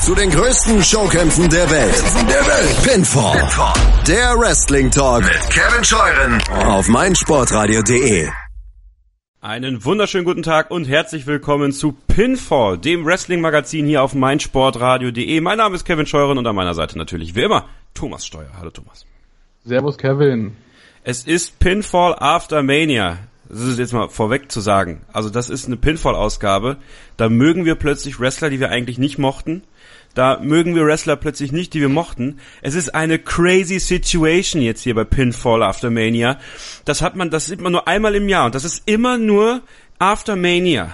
zu den größten Showkämpfen der Welt. Pinfall. Der Wrestling Talk mit Kevin Scheuren auf meinsportradio.de. Einen wunderschönen guten Tag und herzlich willkommen zu Pinfall, dem Wrestling-Magazin hier auf meinsportradio.de. Mein Name ist Kevin Scheuren und an meiner Seite natürlich wie immer Thomas Steuer. Hallo Thomas. Servus Kevin. Es ist Pinfall After Mania. Das ist jetzt mal vorweg zu sagen. Also das ist eine Pinfall-Ausgabe. Da mögen wir plötzlich Wrestler, die wir eigentlich nicht mochten. Da mögen wir Wrestler plötzlich nicht, die wir mochten. Es ist eine crazy Situation jetzt hier bei Pinfall After Mania. Das sieht man nur einmal im Jahr und das ist immer nur After Mania.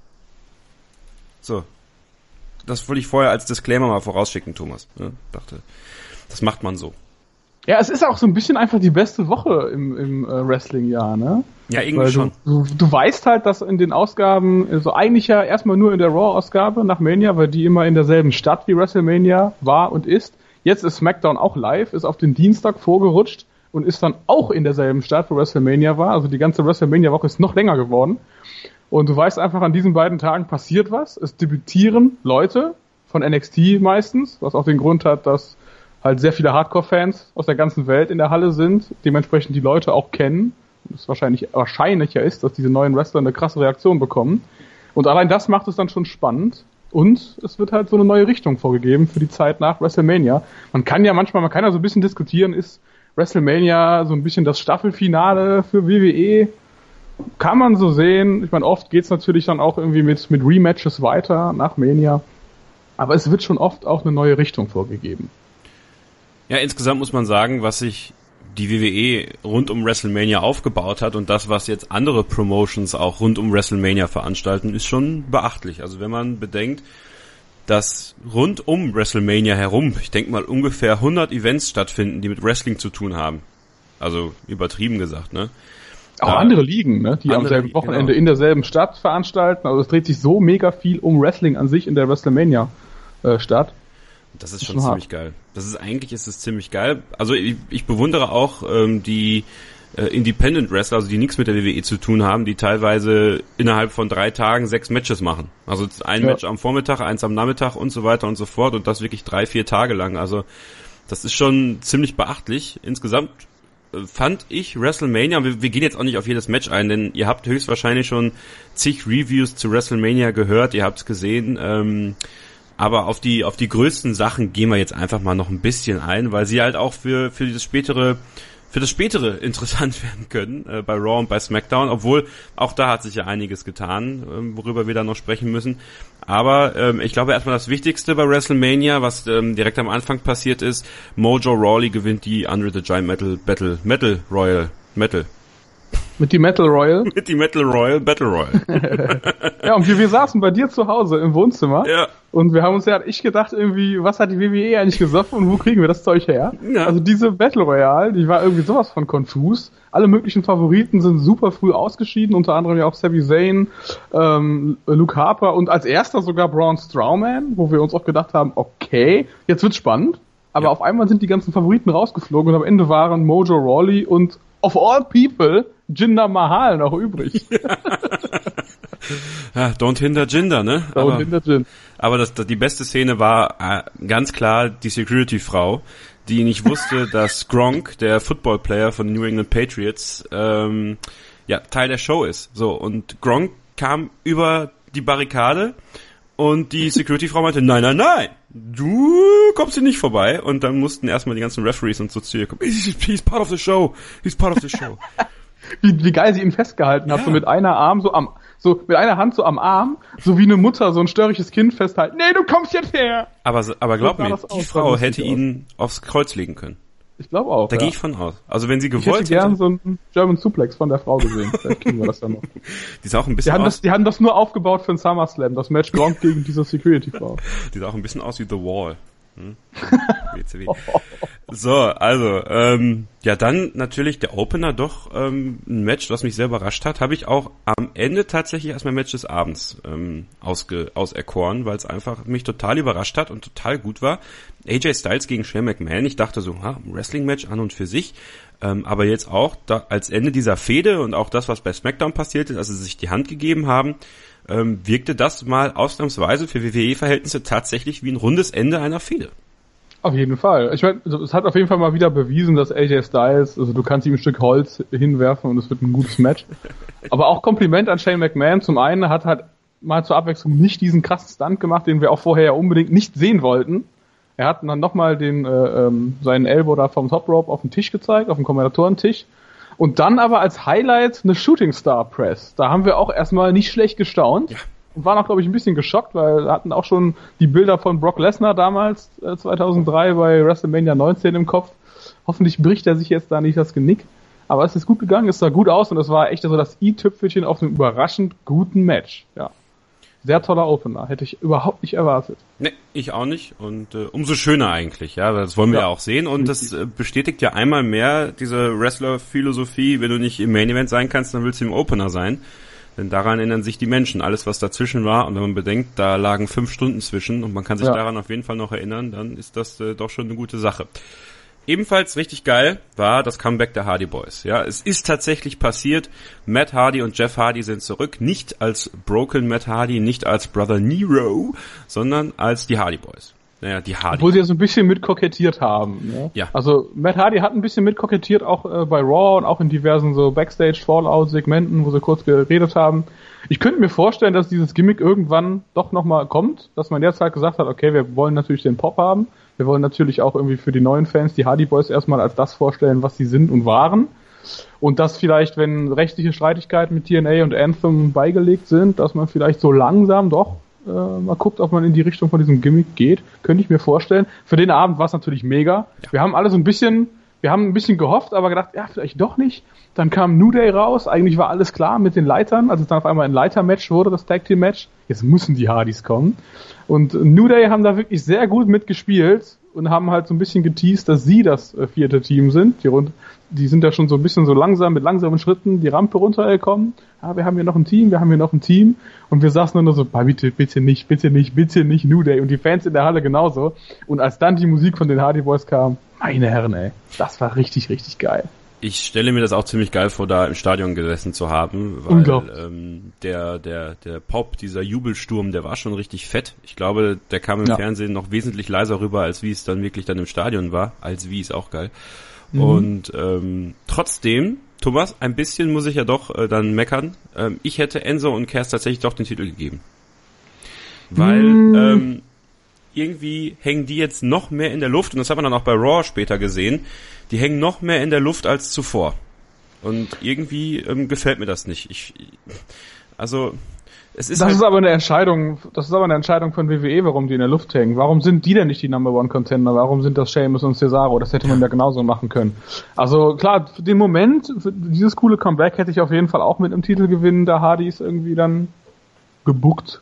So. Das wollte ich vorher als Disclaimer mal vorausschicken, Thomas. Ja, dachte, das macht man so. Ja, es ist auch so ein bisschen einfach die beste Woche im Wrestling-Jahr, ne? Ja, irgendwie schon. Du weißt halt, dass in den Ausgaben, also eigentlich ja erstmal nur in der Raw-Ausgabe nach Mania, weil die immer in derselben Stadt wie WrestleMania war und ist. Jetzt ist SmackDown auch live, ist auf den Dienstag vorgerutscht und ist dann auch in derselben Stadt, wo WrestleMania war. Also die ganze WrestleMania-Woche ist noch länger geworden. Und du weißt einfach, an diesen beiden Tagen passiert was. Es debütieren Leute von NXT meistens, was auch den Grund hat, dass halt sehr viele Hardcore-Fans aus der ganzen Welt in der Halle sind, dementsprechend die Leute auch kennen. Und es wahrscheinlicher ist, dass diese neuen Wrestler eine krasse Reaktion bekommen. Und allein das macht es dann schon spannend. Und es wird halt so eine neue Richtung vorgegeben für die Zeit nach WrestleMania. Man kann ja so ein bisschen diskutieren, ist WrestleMania so ein bisschen das Staffelfinale für WWE? Kann man so sehen. Ich meine, oft geht's natürlich dann auch irgendwie mit Rematches weiter nach Mania. Aber es wird schon oft auch eine neue Richtung vorgegeben. Ja, insgesamt muss man sagen, was sich die WWE rund um WrestleMania aufgebaut hat und das, was jetzt andere Promotions auch rund um WrestleMania veranstalten, ist schon beachtlich. Also wenn man bedenkt, dass rund um WrestleMania herum, ich denke mal ungefähr 100 Events stattfinden, die mit Wrestling zu tun haben. Also übertrieben gesagt, ne? Auch andere Ligen, ne? Die am selben Wochenende in derselben Stadt veranstalten. Also es dreht sich so mega viel um Wrestling an sich in der WrestleMania Stadt. Das ist schon ziemlich geil. Eigentlich ist es ziemlich geil. Also ich bewundere auch die Independent Wrestler, also die nichts mit der WWE zu tun haben, die teilweise innerhalb von 3 Tagen 6 Matches machen. Also ein Match am Vormittag, eins am Nachmittag und so weiter und so fort und das wirklich 3-4 Tage lang. Also das ist schon ziemlich beachtlich. Insgesamt fand ich WrestleMania, wir gehen jetzt auch nicht auf jedes Match ein, denn ihr habt höchstwahrscheinlich schon zig Reviews zu WrestleMania gehört, ihr habt es gesehen, aber auf die größten Sachen gehen wir jetzt einfach mal noch ein bisschen ein, weil sie halt auch für das spätere interessant werden können, bei Raw und bei SmackDown, obwohl auch da hat sich ja einiges getan, worüber wir dann noch sprechen müssen. Aber ich glaube erstmal das Wichtigste bei WrestleMania, was direkt am Anfang passiert ist, Mojo Rawley gewinnt die Andre the Giant Metal Royal. Mit die Metal Royal? Mit die Metal Royal Battle Royal. Ja, und wir saßen bei dir zu Hause im Wohnzimmer. Ja. Und wir haben uns gedacht, irgendwie, was hat die WWE eigentlich gesoffen und wo kriegen wir das Zeug her? Ja. Also diese Battle Royale, die war irgendwie sowas von konfus. Alle möglichen Favoriten sind super früh ausgeschieden, unter anderem ja auch Sami Zayn, Luke Harper und als erster sogar Braun Strowman, wo wir uns auch gedacht haben, okay, jetzt wird's spannend. Aber auf einmal sind die ganzen Favoriten rausgeflogen und am Ende waren Mojo Rawley und of all people Jinder Mahal noch übrig. Ja, don't hinder Jinder, ne? Aber die beste Szene war ganz klar die Security-Frau, die nicht wusste, dass Gronk, der Football-Player von New England Patriots, Teil der Show ist. So, und Gronk kam über die Barrikade und die Security-Frau meinte, nein, du kommst hier nicht vorbei. Und dann mussten erstmal die ganzen Referees und so zu ihr kommen. He's part of the show. Wie geil sie ihn festgehalten hat, so mit einer Hand so am Arm, so wie eine Mutter so ein störrisches Kind festhalten. Nee, du kommst jetzt her! Aber glaub mir, die Frau hätte ihn aufs Kreuz legen können. Ich glaube auch. Da gehe ich von aus. Also wenn sie gewollt hätte. Ich hätte gern so einen German Suplex von der Frau gesehen. Vielleicht kriegen wir das dann noch. Die ist auch ein bisschen die haben das nur aufgebaut für den SummerSlam, das Match Gronk gegen diese Security-Frau. Die sah auch ein bisschen aus wie The Wall. WCW. So, also, Ja, dann natürlich der Opener, doch ein Match, was mich sehr überrascht hat, habe ich auch am Ende tatsächlich als mein Match des Abends auserkoren, weil es einfach mich total überrascht hat und total gut war. AJ Styles gegen Shane McMahon, ich dachte so, ein Wrestling-Match an und für sich, aber jetzt auch als Ende dieser Fehde und auch das, was bei SmackDown passiert ist, als sie sich die Hand gegeben haben, wirkte das mal ausnahmsweise für WWE-Verhältnisse tatsächlich wie ein rundes Ende einer Fehde. Auf jeden Fall. Ich meine, es hat auf jeden Fall mal wieder bewiesen, dass AJ Styles, also du kannst ihm ein Stück Holz hinwerfen und es wird ein gutes Match. Aber auch Kompliment an Shane McMahon. Zum einen hat halt mal zur Abwechslung nicht diesen krassen Stunt gemacht, den wir auch vorher ja unbedingt nicht sehen wollten. Er hat dann nochmal seinen Elbow da vom Top Rope auf den Tisch gezeigt, auf dem Kommentatorentisch. Und dann aber als Highlight eine Shooting Star Press. Da haben wir auch erstmal nicht schlecht gestaunt. Ja. Und waren auch, glaube ich, ein bisschen geschockt, weil wir hatten auch schon die Bilder von Brock Lesnar damals, 2003 bei WrestleMania 19 im Kopf. Hoffentlich bricht er sich jetzt da nicht das Genick. Aber es ist gut gegangen, es sah gut aus und es war echt so das i-Tüpfelchen auf einem überraschend guten Match. Ja. Sehr toller Opener, hätte ich überhaupt nicht erwartet. Nee, ich auch nicht und umso schöner eigentlich, ja, das wollen wir ja auch sehen und das bestätigt ja einmal mehr diese Wrestler-Philosophie, wenn du nicht im Main-Event sein kannst, dann willst du im Opener sein. Denn daran erinnern sich die Menschen, alles was dazwischen war. Und wenn man bedenkt, da lagen 5 Stunden zwischen und man kann sich daran auf jeden Fall noch erinnern, dann ist das doch schon eine gute Sache. Ebenfalls richtig geil war das Comeback der Hardy Boys. Ja, es ist tatsächlich passiert. Matt Hardy und Jeff Hardy sind zurück. Nicht als Broken Matt Hardy, nicht als Brother Nero, sondern als die Hardy Boys. Naja, die Hardy. Obwohl sie ja so ein bisschen mit kokettiert haben. Ne? Ja. Also Matt Hardy hat ein bisschen mit kokettiert, auch bei Raw und auch in diversen so Backstage-Fallout-Segmenten, wo sie kurz geredet haben. Ich könnte mir vorstellen, dass dieses Gimmick irgendwann doch nochmal kommt, dass man jetzt halt gesagt hat, okay, wir wollen natürlich den Pop haben, wir wollen natürlich auch irgendwie für die neuen Fans die Hardy Boys erstmal als das vorstellen, was sie sind und waren. Und dass vielleicht, wenn rechtliche Streitigkeiten mit TNA und Anthem beigelegt sind, dass man vielleicht so langsam doch mal guckt, ob man in die Richtung von diesem Gimmick geht. Könnte ich mir vorstellen. Für den Abend war es natürlich mega. Ja. Wir haben ein bisschen gehofft, aber gedacht, ja, vielleicht doch nicht. Dann kam New Day raus. Eigentlich war alles klar mit den Leitern. Als es dann auf einmal ein Leiter-Match wurde, das Tag-Team-Match. Jetzt müssen die Hardys kommen. Und New Day haben da wirklich sehr gut mitgespielt und haben halt so ein bisschen geteased, dass sie das 4. Team sind. Die sind ja schon so ein bisschen so langsam, mit langsamen Schritten die Rampe runtergekommen. Ja, wir haben hier noch ein Team. Und wir saßen nur so, bitte nicht New Day. Und die Fans in der Halle genauso. Und als dann die Musik von den Hardy Boys kam, meine Herren, ey, das war richtig, richtig geil. Ich stelle mir das auch ziemlich geil vor, da im Stadion gesessen zu haben, weil der Pop, dieser Jubelsturm, der war schon richtig fett. Ich glaube, der kam im Fernsehen noch wesentlich leiser rüber, als wie es dann wirklich dann im Stadion war. Als wie ist auch geil. Mhm. Und trotzdem, Thomas, ein bisschen muss ich ja doch dann meckern. Ich hätte Enzo und Cass tatsächlich doch den Titel gegeben. Weil irgendwie hängen die jetzt noch mehr in der Luft, und das hat man dann auch bei Raw später gesehen, die hängen noch mehr in der Luft als zuvor. Und irgendwie gefällt mir das nicht. Es ist das ist aber eine Entscheidung von WWE, warum die in der Luft hängen. Warum sind die denn nicht die Number One Contender? Warum sind das Sheamus und Cesaro? Das hätte man ja genauso machen können. Also klar, für den Moment, für dieses coole Comeback hätte ich auf jeden Fall auch mit einem Titelgewinn der Hardys irgendwie dann gebuckt.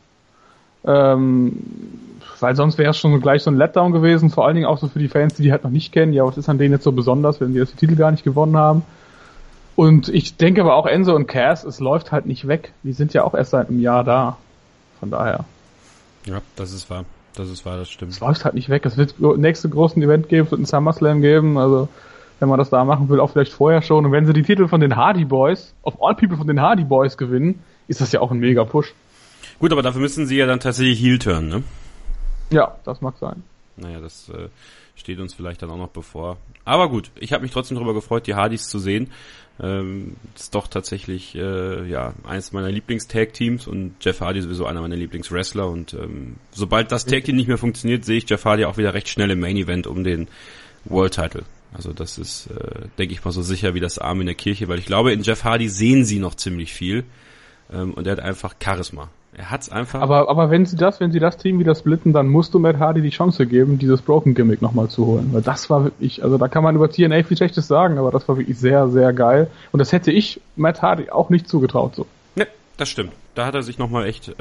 Weil sonst wäre es schon gleich so ein Letdown gewesen, vor allen Dingen auch so für die Fans, die halt noch nicht kennen. Ja, was ist an denen jetzt so besonders, wenn die jetzt die Titel gar nicht gewonnen haben? Und ich denke aber auch Enzo und Cass, es läuft halt nicht weg. Die sind ja auch erst seit einem Jahr da. Von daher. Ja, das ist wahr, das stimmt. Es läuft halt nicht weg. Es wird nächste großen Event geben, es wird ein SummerSlam geben, also wenn man das da machen will, auch vielleicht vorher schon. Und wenn sie die Titel von den Hardy Boys, of all people von den Hardy Boys gewinnen, ist das ja auch ein mega Push. Gut, aber dafür müssen sie ja dann tatsächlich Heel turnen, ne? Ja, das mag sein. Naja, das steht uns vielleicht dann auch noch bevor. Aber gut, ich habe mich trotzdem darüber gefreut, die Hardys zu sehen. Ist doch tatsächlich eines meiner Lieblings-Tag-Teams und Jeff Hardy sowieso einer meiner Lieblings-Wrestler. Und sobald das Tag-Team nicht mehr funktioniert, sehe ich Jeff Hardy auch wieder recht schnell im Main-Event um den World-Title. Also das ist, denke ich mal, so sicher wie das Arm in der Kirche, weil ich glaube, in Jeff Hardy sehen sie noch ziemlich viel. Und er hat einfach Charisma. Er hat's einfach. Aber wenn sie das Team wieder splitten, dann musst du Matt Hardy die Chance geben, dieses Broken Gimmick nochmal zu holen. Weil das war wirklich, also da kann man über TNA viel Schlechtes sagen, aber das war wirklich sehr, sehr geil. Und das hätte ich Matt Hardy auch nicht zugetraut, so. Ne, das stimmt. Da hat er sich nochmal echt,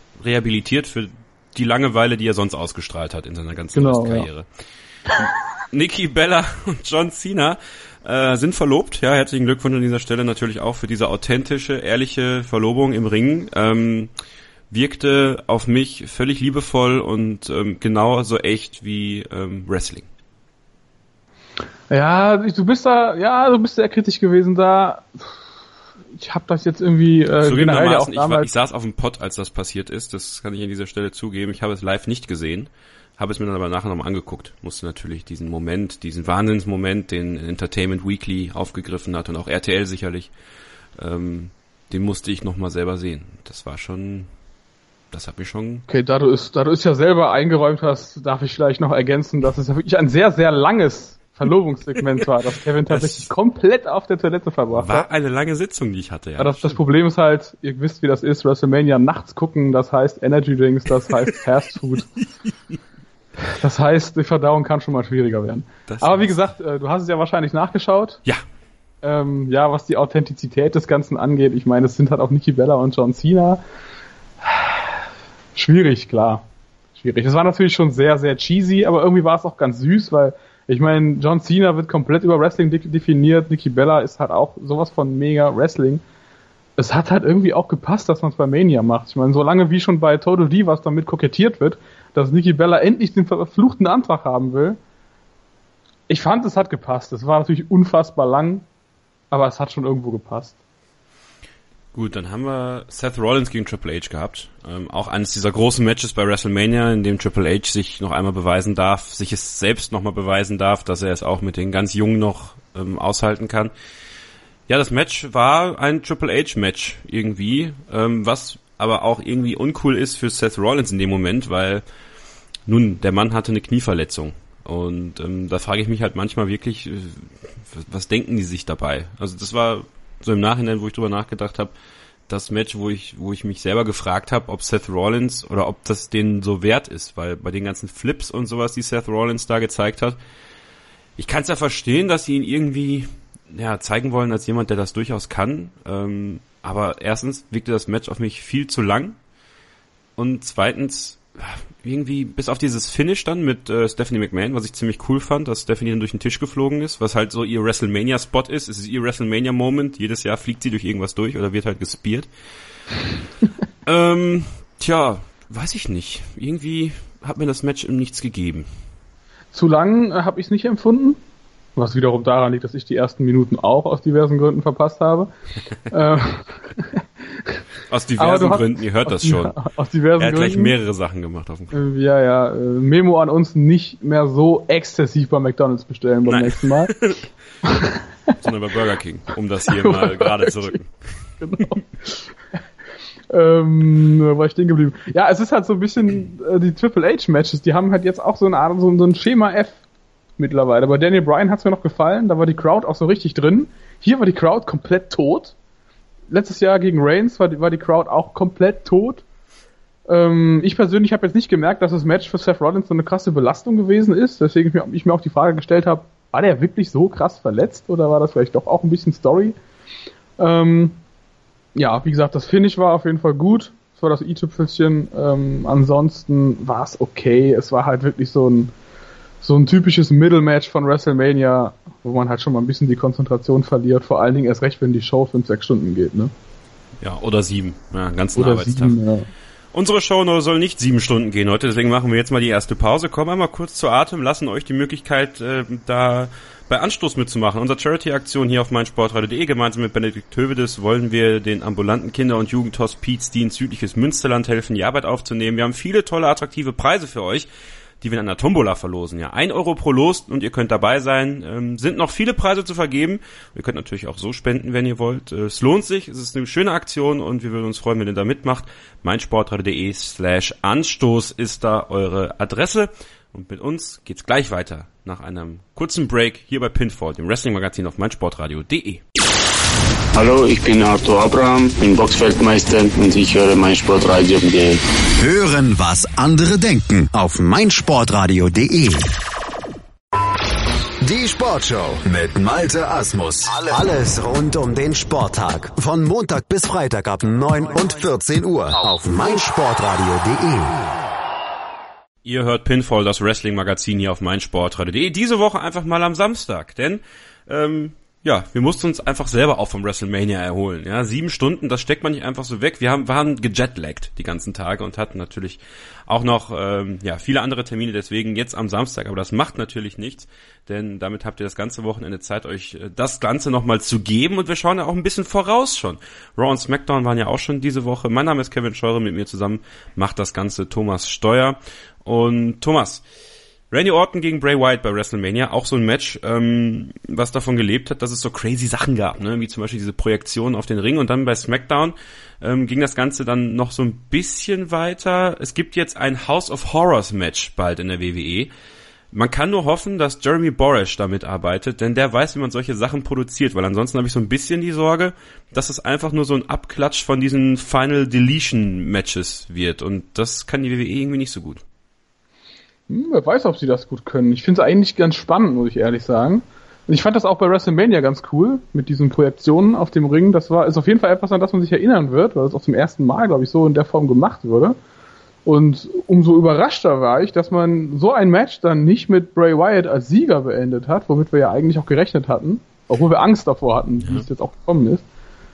rehabilitiert für die Langeweile, die er sonst ausgestrahlt hat in seiner ganzen Karriere. Ja. Nikki Bella und John Cena sind verlobt. Ja, herzlichen Glückwunsch an dieser Stelle natürlich auch für diese authentische, ehrliche Verlobung im Ring. Wirkte auf mich völlig liebevoll und genauso echt wie Wrestling. Ja, du bist sehr kritisch gewesen da. Ich habe das jetzt irgendwie zugegebenermaßen, ich saß auf dem Pott, als das passiert ist. Das kann ich an dieser Stelle zugeben. Ich habe es live nicht gesehen. Habe es mir dann aber nachher nochmal angeguckt. Musste natürlich diesen Wahnsinnsmoment, den Entertainment Weekly aufgegriffen hat und auch RTL sicherlich, den musste ich nochmal selber sehen. Das hat mich schon... Okay, da du es ja selber eingeräumt hast, darf ich vielleicht noch ergänzen, dass es ja wirklich ein sehr, sehr langes Verlobungssegment war, dass Kevin tatsächlich komplett auf der Toilette verbracht hat. War eine lange Sitzung, die ich hatte, ja. Aber das Problem ist halt, ihr wisst, wie das ist, WrestleMania nachts gucken, das heißt Energy Drinks, das heißt Fast Food. Das heißt, die Verdauung kann schon mal schwieriger werden. Aber wie gesagt, du hast es ja wahrscheinlich nachgeschaut. Ja. Was die Authentizität des Ganzen angeht. Ich meine, es sind halt auch Nikki Bella und John Cena. Schwierig, klar. Schwierig. Es war natürlich schon sehr, sehr cheesy, aber irgendwie war es auch ganz süß, weil ich meine, John Cena wird komplett über Wrestling definiert. Nikki Bella ist halt auch sowas von mega Wrestling. Es hat halt irgendwie auch gepasst, dass man es bei Mania macht. Ich meine, solange wie schon bei Total Divas damit kokettiert wird, dass Nikki Bella endlich den verfluchten Antrag haben will. Ich fand, es hat gepasst. Es war natürlich unfassbar lang, aber es hat schon irgendwo gepasst. Gut, dann haben wir Seth Rollins gegen Triple H gehabt. Auch eines dieser großen Matches bei WrestleMania, in dem Triple H sich noch einmal beweisen darf, sich es selbst nochmal beweisen darf, dass er es auch mit den ganz Jungen noch aushalten kann. Ja, das Match war ein Triple H-Match irgendwie, was aber auch irgendwie uncool ist für Seth Rollins in dem Moment, weil nun, der Mann hatte eine Knieverletzung. Und da frage ich mich halt manchmal wirklich, was denken die sich dabei? Also das war so im Nachhinein, wo ich drüber nachgedacht habe, das Match, wo ich mich selber gefragt habe, ob Seth Rollins oder ob das denen so wert ist, weil bei den ganzen Flips und sowas, die Seth Rollins da gezeigt hat, ich kann es ja verstehen, dass sie ihn irgendwie zeigen wollen als jemand, der das durchaus kann, aber erstens wirkte das Match auf mich viel zu lang und zweitens irgendwie bis auf dieses Finish dann mit Stephanie McMahon, was ich ziemlich cool fand, dass Stephanie dann durch den Tisch geflogen ist, was halt so ihr WrestleMania-Spot ist. Es ist ihr WrestleMania-Moment. Jedes Jahr fliegt sie durch irgendwas durch oder wird halt gespiert. Weiß ich nicht. Irgendwie hat mir das Match nichts gegeben. Zu lang habe ich es nicht empfunden. Was wiederum daran liegt, dass ich die ersten Minuten auch aus diversen Gründen verpasst habe. Aus diversen Gründen, ihr hört das schon. Aus diversen Gründen. Er hat gleich mehrere Sachen gemacht auf dem Kopf. Memo an uns, nicht mehr so exzessiv bei McDonald's bestellen beim nächsten Mal. Sondern bei Burger King, um das hier mal gerade zu rücken. Genau. War ich stehen geblieben. Ja, es ist halt so ein bisschen die Triple H-Matches, die haben halt jetzt auch so eine Art, so ein Schema F mittlerweile. Bei Daniel Bryan hat's mir noch gefallen, da war die Crowd auch so richtig drin. Hier war die Crowd komplett tot. Letztes Jahr gegen Reigns war die Crowd auch komplett tot. Ich persönlich habe jetzt nicht gemerkt, dass das Match für Seth Rollins so eine krasse Belastung gewesen ist, deswegen ich mir auch die Frage gestellt habe, war der wirklich so krass verletzt oder war das vielleicht doch auch ein bisschen Story? Wie gesagt, das Finish war auf jeden Fall gut. Es war das i-Tüpfelchen. Ansonsten war es okay. Es war halt wirklich so ein typisches Mittelmatch von WrestleMania, wo man halt schon mal ein bisschen die Konzentration verliert, vor allen Dingen erst recht, wenn die Show 5-6 Stunden geht, ne? Ja, oder 7, einen ganzen Arbeitstag. 7, ja. Unsere Show soll nicht 7 Stunden gehen heute, deswegen machen wir jetzt mal die erste Pause, kommen einmal kurz zu Atem, lassen euch die Möglichkeit, da bei Anstoß mitzumachen. Unsere Charity-Aktion hier auf meinsportradio.de, gemeinsam mit Benedikt Hövedes wollen wir den ambulanten Kinder- und Jugendhospizdienst Südliches Münsterland helfen, die Arbeit aufzunehmen. Wir haben viele tolle, attraktive Preise für euch, die wir in einer Tombola verlosen. Ja, 1 Euro pro Los und ihr könnt dabei sein. Sind noch viele Preise zu vergeben. Ihr könnt natürlich auch so spenden, wenn ihr wollt. Es lohnt sich, es ist eine schöne Aktion und wir würden uns freuen, wenn ihr da mitmacht. meinsportradio.de/Anstoß ist da eure Adresse. Und mit uns geht's gleich weiter nach einem kurzen Break hier bei Pinfall, dem Wrestling-Magazin auf meinsportradio.de. Hallo, ich bin Arthur Abraham, bin Boxfeldmeister und ich höre meinsportradio.de. Hören, was andere denken auf meinsportradio.de. Die Sportshow mit Malte Asmus. Alles rund um den Sporttag. Von Montag bis Freitag ab 9 und 14 Uhr auf meinsportradio.de. Ihr hört Pinfall, das Wrestling-Magazin hier auf meinsportradio.de. Diese Woche einfach mal am Samstag, denn wir mussten uns einfach selber auch vom WrestleMania erholen. Ja, 7 Stunden, das steckt man nicht einfach so weg. Wir waren gejetlaggt die ganzen Tage und hatten natürlich auch noch viele andere Termine, deswegen jetzt am Samstag. Aber das macht natürlich nichts, denn damit habt ihr das ganze Wochenende Zeit, euch das Ganze nochmal zu geben. Und wir schauen ja auch ein bisschen voraus schon. Raw und SmackDown waren ja auch schon diese Woche. Mein Name ist Kevin Scheure, mit mir zusammen macht das Ganze Thomas Steuer. Und Thomas, Randy Orton gegen Bray Wyatt bei WrestleMania, auch so ein Match, was davon gelebt hat, dass es so crazy Sachen gab, ne, wie zum Beispiel diese Projektion auf den Ring. Und dann bei SmackDown ging das Ganze dann noch so ein bisschen weiter. Es gibt jetzt ein House of Horrors Match bald in der WWE. Man kann nur hoffen, dass Jeremy Borash da mitarbeitet, denn der weiß, wie man solche Sachen produziert, weil ansonsten habe ich so ein bisschen die Sorge, dass es einfach nur so ein Abklatsch von diesen Final Deletion Matches wird. Und das kann die WWE irgendwie nicht so gut. Wer weiß, ob sie das gut können. Ich finde es eigentlich ganz spannend, muss ich ehrlich sagen. Und ich fand das auch bei WrestleMania ganz cool, mit diesen Projektionen auf dem Ring. Das ist auf jeden Fall etwas, an das man sich erinnern wird, weil es auch zum ersten Mal, glaube ich, so in der Form gemacht wurde. Und umso überraschter war ich, dass man so ein Match dann nicht mit Bray Wyatt als Sieger beendet hat, womit wir ja eigentlich auch gerechnet hatten, obwohl wir Angst davor hatten, wie es jetzt auch gekommen ist.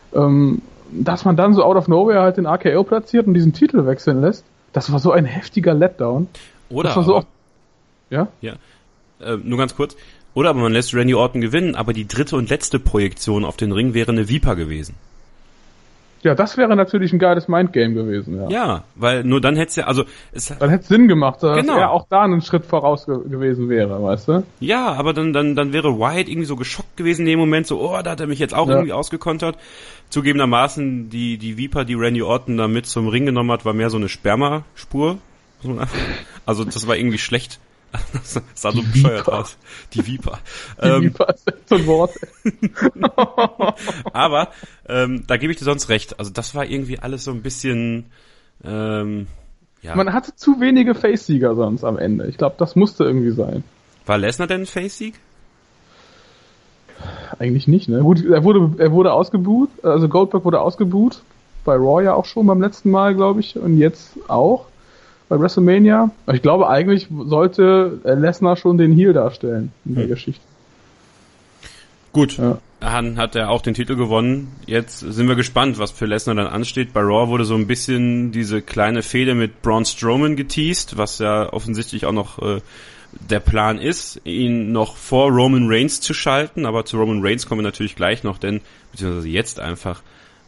Dass man dann so out of nowhere halt den RKO platziert und diesen Titel wechseln lässt, das war so ein heftiger Letdown. Oder das war so aber, ja? Nur ganz kurz. Oder aber man lässt Randy Orton gewinnen, aber die dritte und letzte Projektion auf den Ring wäre eine Viper gewesen. Ja, das wäre natürlich ein geiles Mindgame gewesen, ja. Ja, weil nur dann hätte es ja, also dann hätte es Sinn gemacht, dass genau. er auch da einen Schritt voraus gewesen wäre, weißt du? Ja, aber dann wäre Wyatt irgendwie so geschockt gewesen in dem Moment, so, da hat er mich jetzt auch irgendwie ausgekontert. Zugegebenermaßen, die Viper, die Randy Orton da mit zum Ring genommen hat, war mehr so eine Spermaspur. Also das war irgendwie schlecht. Das sah so bescheuert aus. Die Viper. Die Viper ist so ein Wort. Aber da gebe ich dir sonst recht. Also das war irgendwie alles so ein bisschen Man hatte zu wenige Face-Sieger sonst am Ende. Ich glaube, das musste irgendwie sein. War Lesnar denn ein Face-Sieg? Eigentlich nicht, ne? Gut, er wurde ausgebuht, also Goldberg wurde ausgebuht. Bei Raw ja auch schon beim letzten Mal, glaube ich. Und jetzt auch. Bei WrestleMania. Ich glaube, eigentlich sollte Lesnar schon den Heel darstellen in der Geschichte. Gut, dann hat er auch den Titel gewonnen. Jetzt sind wir gespannt, was für Lesnar dann ansteht. Bei Raw wurde so ein bisschen diese kleine Fehde mit Braun Strowman geteased, was ja offensichtlich auch noch der Plan ist, ihn noch vor Roman Reigns zu schalten. Aber zu Roman Reigns kommen wir natürlich gleich noch, beziehungsweise jetzt einfach.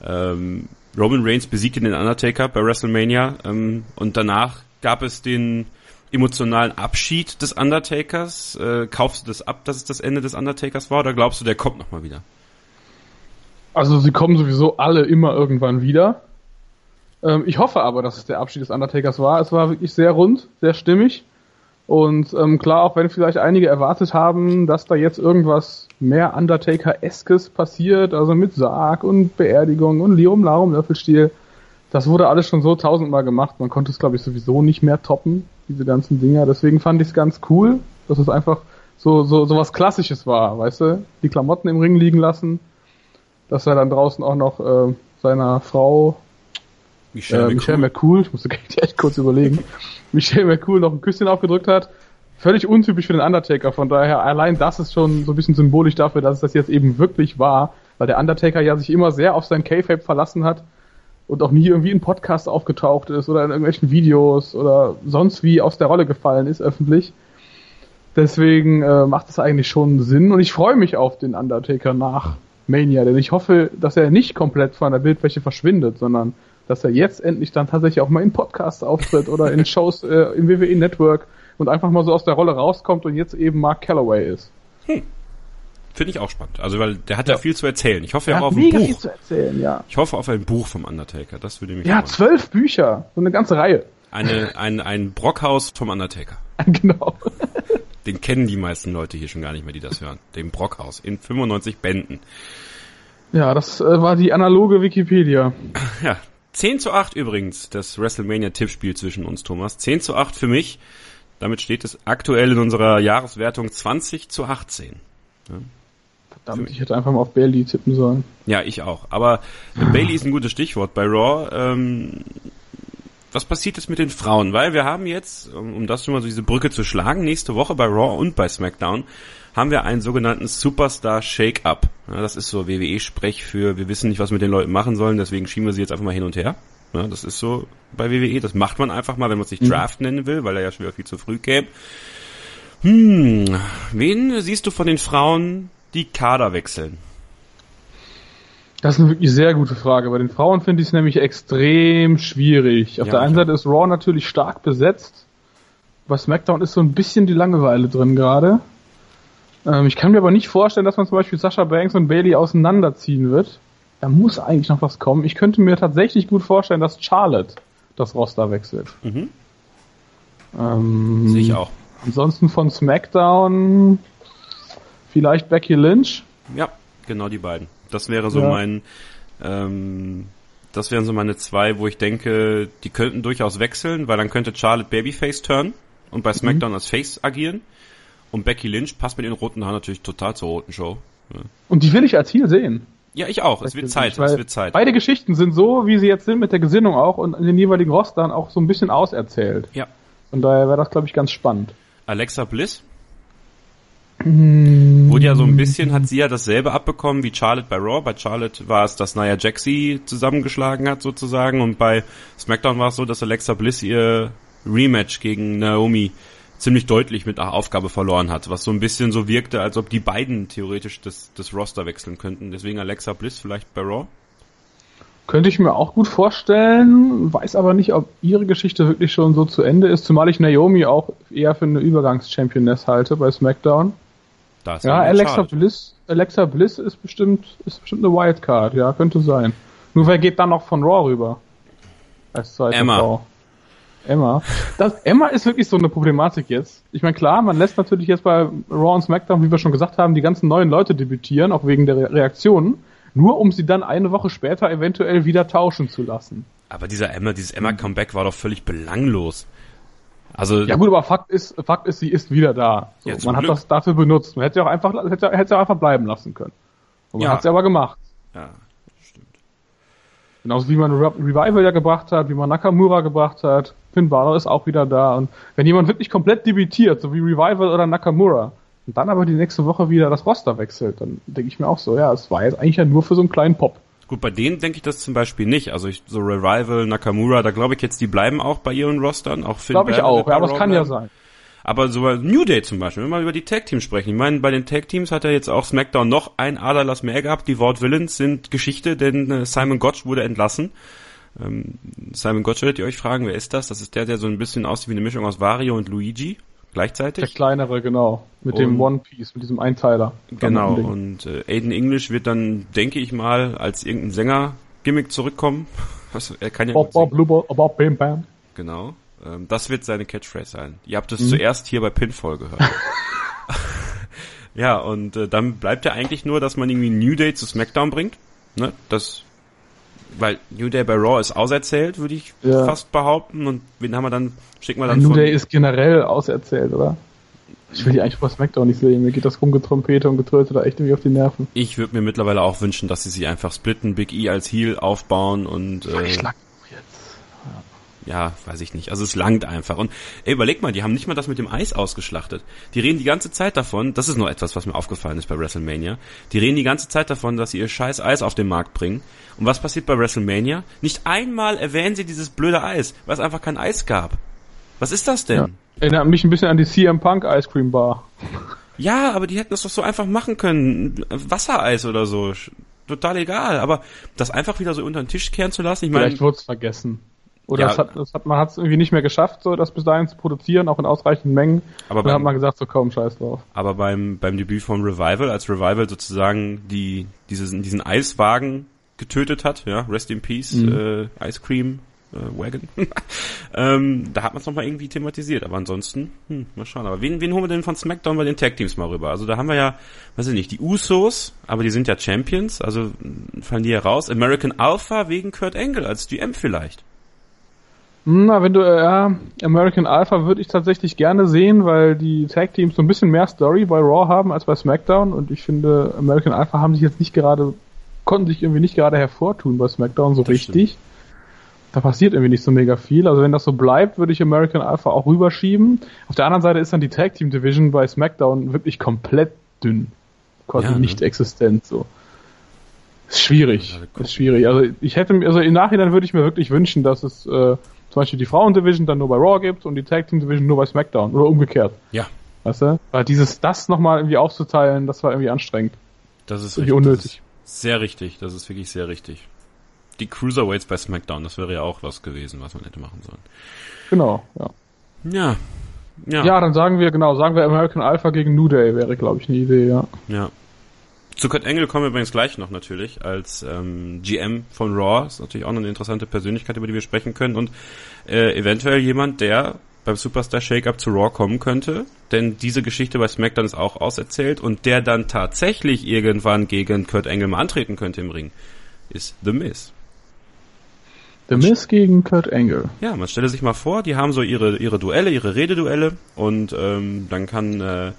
Roman Reigns besiegte den Undertaker bei WrestleMania und danach gab es den emotionalen Abschied des Undertakers. Kaufst du das ab, dass es das Ende des Undertakers war, oder glaubst du, der kommt nochmal wieder? Also sie kommen sowieso alle immer irgendwann wieder. Ich hoffe aber, dass es der Abschied des Undertakers war. Es war wirklich sehr rund, sehr stimmig. Und klar, auch wenn vielleicht einige erwartet haben, dass da jetzt irgendwas mehr Undertaker-eskes passiert, also mit Sarg und Beerdigung und Lirum Larum Löffelstiel, das wurde alles schon so 1000-mal gemacht. Man konnte es, glaube ich, sowieso nicht mehr toppen, diese ganzen Dinger. Deswegen fand ich es ganz cool, dass es einfach so was Klassisches war, weißt du? Die Klamotten im Ring liegen lassen, dass er dann draußen auch noch seiner Frau Michelle McCool, ich musste echt kurz überlegen, Michelle McCool noch ein Küsschen aufgedrückt hat. Völlig untypisch für den Undertaker, von daher allein das ist schon so ein bisschen symbolisch dafür, dass es das jetzt eben wirklich war, weil der Undertaker ja sich immer sehr auf sein Kayfabe verlassen hat und auch nie irgendwie in Podcasts aufgetaucht ist oder in irgendwelchen Videos oder sonst wie aus der Rolle gefallen ist öffentlich. Deswegen macht es eigentlich schon Sinn und ich freue mich auf den Undertaker nach Mania, denn ich hoffe, dass er nicht komplett von der Bildfläche verschwindet, sondern dass er jetzt endlich dann tatsächlich auch mal in Podcasts auftritt oder in Shows im WWE Network und einfach mal so aus der Rolle rauskommt und jetzt eben Mark Calloway ist. Finde ich auch spannend. Also, weil der hat ja viel zu erzählen. Ich hoffe ja auch auf ein Buch. Viel zu erzählen, ja. Ich hoffe auf ein Buch vom Undertaker. Das würde mich freuen. 12 Bücher. So eine ganze Reihe. Ein Brockhaus vom Undertaker. Genau. Den kennen die meisten Leute hier schon gar nicht mehr, die das hören. Den Brockhaus in 95 Bänden. Ja, das war die analoge Wikipedia. Ja. 10:8 übrigens, das WrestleMania-Tippspiel zwischen uns, Thomas. 10:8 für mich. Damit steht es aktuell in unserer Jahreswertung 20:18. Ja. Verdammt, ich hätte einfach mal auf Bayley tippen sollen. Ja, ich auch. Aber Bayley ist ein gutes Stichwort. Bei Raw was passiert jetzt mit den Frauen? Weil wir haben jetzt, um das schon mal so diese Brücke zu schlagen, nächste Woche bei Raw und bei SmackDown haben wir einen sogenannten Superstar Shake-Up. Ja, das ist so WWE-Sprech für, wir wissen nicht, was wir mit den Leuten machen sollen, deswegen schieben wir sie jetzt einfach mal hin und her. Ja, das ist so bei WWE, das macht man einfach mal, wenn man es nicht Draft nennen will, weil er ja schon wieder viel zu früh käme. Wen siehst du von den Frauen, die Kader wechseln? Das ist eine wirklich sehr gute Frage. Bei den Frauen finde ich es nämlich extrem schwierig. Auf der einen Seite ist Raw natürlich stark besetzt. Bei SmackDown ist so ein bisschen die Langeweile drin gerade. Ich kann mir aber nicht vorstellen, dass man zum Beispiel Sasha Banks und Bayley auseinanderziehen wird. Da muss eigentlich noch was kommen. Ich könnte mir tatsächlich gut vorstellen, dass Charlotte das Roster wechselt. Sehe ich auch. Ansonsten von SmackDown vielleicht Becky Lynch. Ja, genau die beiden. Das wäre so das wären so meine zwei, wo ich denke, die könnten durchaus wechseln, weil dann könnte Charlotte Babyface turnen und bei SmackDown als Face agieren. Und Becky Lynch passt mit den roten Haaren natürlich total zur roten Show. Ja. Und die will ich als Heel sehen. Ja, ich auch. Es wird Zeit. Beide Geschichten sind so, wie sie jetzt sind, mit der Gesinnung auch und in den jeweiligen Rostern auch so ein bisschen auserzählt. Ja. Von daher wäre das, glaube ich, ganz spannend. Alexa Bliss? Wurde ja so ein bisschen, hat sie ja dasselbe abbekommen wie Charlotte bei Raw. Bei Charlotte war es, dass Nia Jax sie zusammengeschlagen hat sozusagen und bei SmackDown war es so, dass Alexa Bliss ihr Rematch gegen Naomi ziemlich deutlich mit einer Aufgabe verloren hat, was so ein bisschen so wirkte, als ob die beiden theoretisch das Roster wechseln könnten. Deswegen Alexa Bliss vielleicht bei Raw? Könnte ich mir auch gut vorstellen, weiß aber nicht, ob ihre Geschichte wirklich schon so zu Ende ist, zumal ich Naomi auch eher für eine Übergangs-Championess halte bei SmackDown. Ja, Alexa Bliss ist bestimmt eine Wildcard, ja, könnte sein. Nur wer geht dann noch von Raw rüber? Als zweite Frau. Emma. Emma ist wirklich so eine Problematik jetzt. Ich meine, klar, man lässt natürlich jetzt bei Raw und SmackDown, wie wir schon gesagt haben, die ganzen neuen Leute debütieren, auch wegen der Reaktionen, nur um sie dann eine Woche später eventuell wieder tauschen zu lassen. Aber dieses Emma-Comeback war doch völlig belanglos. Also ja gut, aber Fakt ist, sie ist wieder da. So, ja, man hat das dafür benutzt. Man hätte sie auch einfach bleiben lassen können. Und man hat sie aber gemacht. Ja, stimmt. Genauso wie man Revival ja gebracht hat, wie man Nakamura gebracht hat. Finn Balor ist auch wieder da. Und wenn jemand wirklich komplett debütiert, so wie Revival oder Nakamura, und dann aber die nächste Woche wieder das Roster wechselt, dann denke ich mir auch so, ja, es war jetzt eigentlich ja nur für so einen kleinen Pop. Gut, bei denen denke ich das zum Beispiel nicht. Also so Revival, Nakamura, da glaube ich jetzt, die bleiben auch bei ihren Rostern. Auch Finn glaube ich auch, ja, aber es kann ja sein. Aber so bei New Day zum Beispiel, wenn wir mal über die Tag-Teams sprechen. Ich meine, bei den Tag-Teams hat ja jetzt auch SmackDown noch ein Aderlass mehr gehabt. Die Vaudevillains sind Geschichte, denn Simon Gotch wurde entlassen. Simon Gotch, werdet ihr euch fragen, wer ist das? Das ist der so ein bisschen aussieht wie eine Mischung aus Wario und Luigi. Gleichzeitig. Der kleinere, genau. Mit dem One Piece, mit diesem Einteiler. Genau, und Aiden English wird dann, denke ich mal, als irgendein Sänger-Gimmick zurückkommen. Also, er kann ja Bob, Bam, Bam. Genau. Das wird seine Catchphrase sein. Ihr habt es zuerst hier bei Pinfall gehört. Ja, und dann bleibt ja eigentlich nur, dass man irgendwie New Day zu SmackDown bringt. Ne? Weil New Day bei Raw ist auserzählt, würde ich fast behaupten. Und wen haben wir dann? Schicken wir dann New Day ist generell auserzählt, oder? Ich will die eigentlich bei SmackDown nicht sehen. Mir geht das Rumgetrompete und Getröte da echt irgendwie auf die Nerven. Ich würde mir mittlerweile auch wünschen, dass sie sich einfach splitten, Big E als Heel aufbauen und ja, weiß ich nicht. Also es langt einfach. Und überleg mal, die haben nicht mal das mit dem Eis ausgeschlachtet. Die reden die ganze Zeit davon, das ist noch etwas, was mir aufgefallen ist bei WrestleMania, die reden die ganze Zeit davon, dass sie ihr scheiß Eis auf den Markt bringen. Und was passiert bei WrestleMania? Nicht einmal erwähnen sie dieses blöde Eis, weil es einfach kein Eis gab. Was ist das denn? Ja. Erinnert mich ein bisschen an die CM Punk Ice Cream Bar. Ja, aber die hätten das doch so einfach machen können. Wassereis oder so. Total egal. Aber das einfach wieder so unter den Tisch kehren zu lassen, ich meine... Vielleicht wurde es vergessen. Oder man hat es irgendwie nicht mehr geschafft, so das bis dahin zu produzieren, auch in ausreichenden Mengen. Aber dann hat man gesagt, so komm, scheiß drauf. Aber beim Debüt von Revival, als Revival sozusagen diesen Eiswagen getötet hat, ja, Rest in Peace, Ice Cream Wagon, da hat man es nochmal irgendwie thematisiert. Aber ansonsten, mal schauen. Aber wen holen wir denn von SmackDown bei den Tag-Teams mal rüber? Also da haben wir ja, weiß ich nicht, die Usos, aber die sind ja Champions, also fallen die ja raus. American Alpha wegen Kurt Angle als GM vielleicht. Na, American Alpha würde ich tatsächlich gerne sehen, weil die Tag-Teams so ein bisschen mehr Story bei Raw haben als bei SmackDown und ich finde, American Alpha konnten sich irgendwie nicht gerade hervortun bei SmackDown so das richtig. Stimmt. da passiert irgendwie nicht so mega viel. Also wenn das so bleibt, würde ich American Alpha auch rüberschieben. Auf der anderen Seite ist dann die Tag Team Division bei SmackDown wirklich komplett dünn. Quasi nicht existent, so. Ist schwierig. Also im Nachhinein würde ich mir wirklich wünschen, dass es zum Beispiel die Frauen-Division dann nur bei Raw gibt und die Tag-Team-Division nur bei SmackDown oder umgekehrt. Ja. Weißt du? Weil das nochmal irgendwie aufzuteilen, das war irgendwie anstrengend. Das ist richtig, unnötig. Das ist sehr richtig, das ist wirklich sehr richtig. Die Cruiserweights bei SmackDown, das wäre ja auch was gewesen, was man hätte machen sollen. Genau, ja. Ja, dann sagen wir American Alpha gegen New Day wäre, glaube ich, eine Idee, ja. Ja. Zu Kurt Angle kommen wir übrigens gleich noch natürlich, als GM von Raw. Ist natürlich auch noch eine interessante Persönlichkeit, über die wir sprechen können. Und eventuell jemand, der beim Superstar Shake-Up zu Raw kommen könnte. Denn diese Geschichte bei SmackDown ist auch auserzählt. Und der dann tatsächlich irgendwann gegen Kurt Angle mal antreten könnte im Ring, ist The Miz. The Miz gegen Kurt Angle. Ja, man stelle sich mal vor, die haben so ihre Duelle, ihre Rededuelle. Und dann kann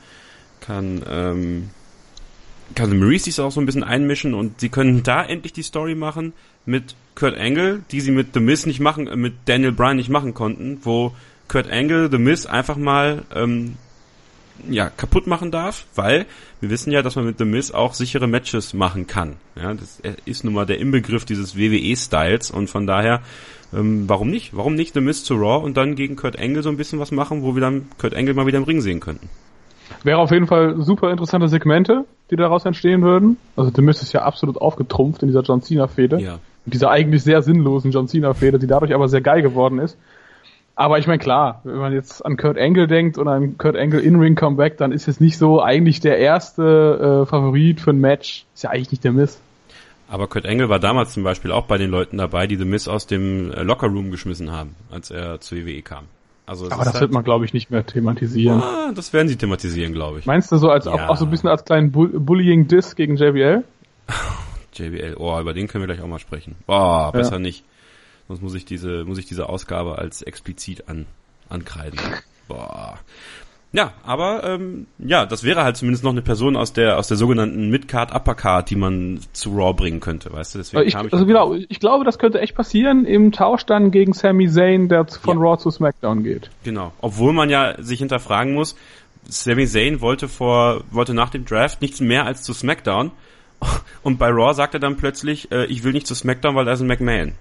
The Maurice sich auch so ein bisschen einmischen und sie können da endlich die Story machen mit Kurt Angle, die sie mit The Miz nicht machen, mit Daniel Bryan nicht machen konnten, wo Kurt Angle The Miz einfach mal kaputt machen darf, weil wir wissen ja, dass man mit The Miz auch sichere Matches machen kann. Ja, das ist nun mal der Inbegriff dieses WWE-Styles und von daher warum nicht? Warum nicht The Miz zu Raw und dann gegen Kurt Angle so ein bisschen was machen, wo wir dann Kurt Angle mal wieder im Ring sehen könnten? Wäre auf jeden Fall super interessante Segmente, die daraus entstehen würden. Also The Miz ist ja absolut aufgetrumpft in dieser John Cena-Fehde. Ja. In dieser eigentlich sehr sinnlosen John Cena-Fehde, die dadurch aber sehr geil geworden ist. Aber ich meine, klar, wenn man jetzt an Kurt Angle denkt und an Kurt Angle In-Ring-Comeback, dann ist jetzt nicht so eigentlich der erste Favorit für ein Match. Ist ja eigentlich nicht der Miz. Aber Kurt Angle war damals zum Beispiel auch bei den Leuten dabei, die The Miz aus dem Lockerroom geschmissen haben, als er zur WWE kam. Also aber das wird man, glaube ich, nicht mehr thematisieren. Das werden sie thematisieren, glaube ich. Meinst du so auch so ein bisschen als kleinen Bullying-Diss gegen JBL? JBL, über den können wir gleich auch mal sprechen. Besser nicht. Sonst muss ich diese Ausgabe als explizit ankreiden. Ja, aber das wäre halt zumindest noch eine Person aus der sogenannten Mid-Card, Upper-Card, die man zu Raw bringen könnte, weißt du? Deswegen ich glaube, das könnte echt passieren im Tausch dann gegen Sami Zayn, der von Raw zu SmackDown geht. Genau, obwohl man ja sich hinterfragen muss, Sami Zayn wollte nach dem Draft nichts mehr als zu SmackDown und bei Raw sagt er dann plötzlich, ich will nicht zu SmackDown, weil da ist ein McMahon.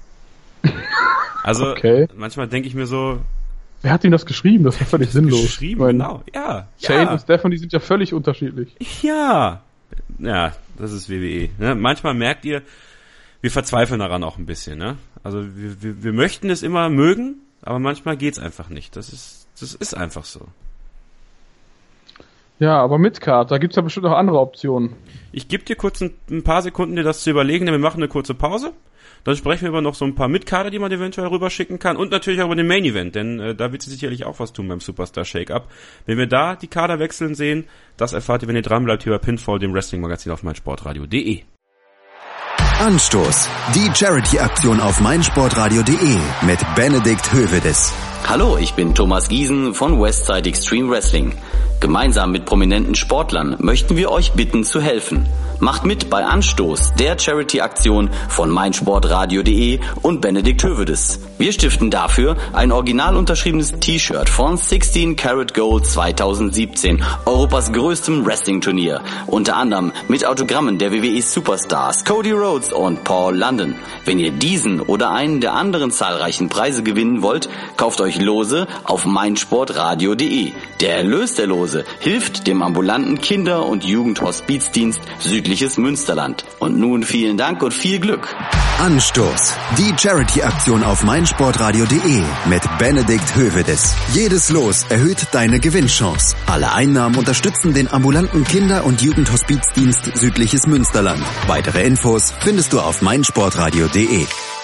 Also manchmal denke ich mir so, wer hat ihm das geschrieben? Das war völlig sinnlos. Genau, ja. Shane und Stefan, die sind ja völlig unterschiedlich. Ja, das ist WWE. Ne? Manchmal merkt ihr, wir verzweifeln daran auch ein bisschen. Ne? Also wir möchten es immer mögen, aber manchmal geht's einfach nicht. Das ist einfach so. Ja, aber Midcard, da gibt's ja bestimmt auch andere Optionen. Ich gebe dir kurz ein paar Sekunden, dir das zu überlegen, denn wir machen eine kurze Pause. Dann sprechen wir über noch so ein paar Mitkader, die man eventuell rüberschicken kann und natürlich auch über den Main Event, denn da wird sich sicherlich auch was tun beim Superstar Shake-Up. Wenn wir da die Kader wechseln sehen, das erfahrt ihr, wenn ihr dranbleibt hier bei Pinfall, dem Wrestling-Magazin auf meinsportradio.de. Anstoß, die Charity-Aktion auf meinsportradio.de mit Benedikt Hövedes. Hallo, ich bin Thomas Giesen von Westside Extreme Wrestling. Gemeinsam mit prominenten Sportlern möchten wir euch bitten zu helfen. Macht mit bei Anstoß, der Charity-Aktion von meinsportradio.de und Benedikt Hövedes. Wir stiften dafür ein original unterschriebenes T-Shirt von 16 Karat Gold 2017, Europas größtem Wrestling-Turnier. Unter anderem mit Autogrammen der WWE Superstars Cody Rhodes und Paul London. Wenn ihr diesen oder einen der anderen zahlreichen Preise gewinnen wollt, kauft euch Lose auf meinsportradio.de. Der Erlös der Lose hilft dem ambulanten Kinder- und Jugendhospizdienst Südliches Münsterland. Und nun vielen Dank und viel Glück. Anstoß, die Charity-Aktion auf meinsportradio.de mit Benedikt Hövedes. Jedes Los erhöht deine Gewinnchance. Alle Einnahmen unterstützen den ambulanten Kinder- und Jugendhospizdienst Südliches Münsterland. Weitere Infos findest du auf meinsportradio.de.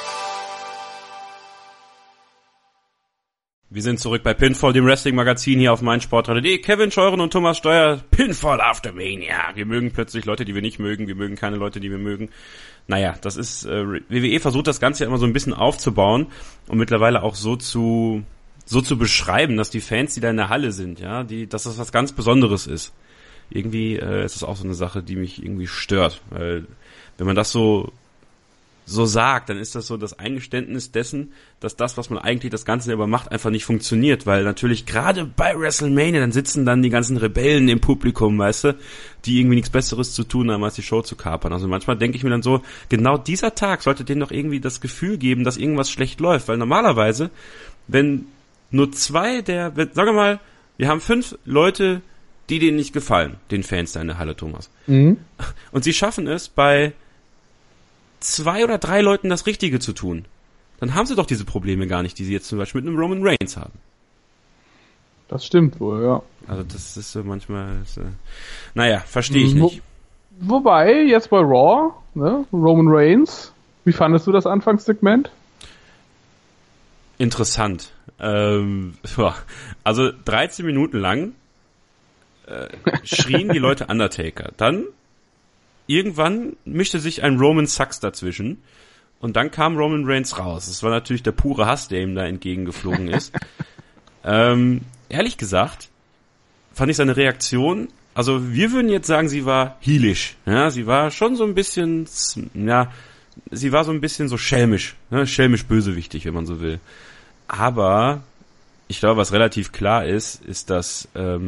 Wir sind zurück bei Pinfall, dem Wrestling-Magazin hier auf meinsportradio.de. Kevin Scheuren und Thomas Steuer, Pinfall After Mania. Wir mögen plötzlich Leute, die wir nicht mögen. Wir mögen keine Leute, die wir mögen. Naja, das ist, WWE versucht das Ganze ja immer so ein bisschen aufzubauen und mittlerweile auch so zu beschreiben, dass die Fans, die da in der Halle sind, ja, dass das was ganz Besonderes ist. Irgendwie ist das auch so eine Sache, die mich irgendwie stört. Weil, wenn man das so so sagt, dann ist das so das Eingeständnis dessen, dass das, was man eigentlich das Ganze über macht, einfach nicht funktioniert, weil natürlich gerade bei WrestleMania, dann sitzen dann die ganzen Rebellen im Publikum, weißt du, die irgendwie nichts Besseres zu tun haben, als die Show zu kapern. Also manchmal denke ich mir dann so, genau dieser Tag sollte denen doch irgendwie das Gefühl geben, dass irgendwas schlecht läuft, weil normalerweise, wenn nur sagen wir mal, wir haben 5 Leute, die denen nicht gefallen, den Fans da in der Halle, Thomas. Mhm. Und sie schaffen es, bei 2 oder 3 Leuten das Richtige zu tun, dann haben sie doch diese Probleme gar nicht, die sie jetzt zum Beispiel mit einem Roman Reigns haben. Das stimmt wohl, ja. Also das ist so manchmal, verstehe ich nicht. Wobei, jetzt bei Raw, ne, Roman Reigns, wie fandest du das Anfangssegment? Interessant. Also 13 Minuten lang schrien die Leute Undertaker. Dann irgendwann mischte sich ein Roman Sucks dazwischen und dann kam Roman Reigns raus. Das war natürlich der pure Hass, der ihm da entgegengeflogen ist. Ehrlich gesagt fand ich seine Reaktion, also wir würden jetzt sagen, sie war heelish. Ja, sie war schon so ein bisschen, sie war so ein bisschen so schelmisch, ne? Schelmisch bösewichtig, wenn man so will. Aber ich glaube, was relativ klar ist, dass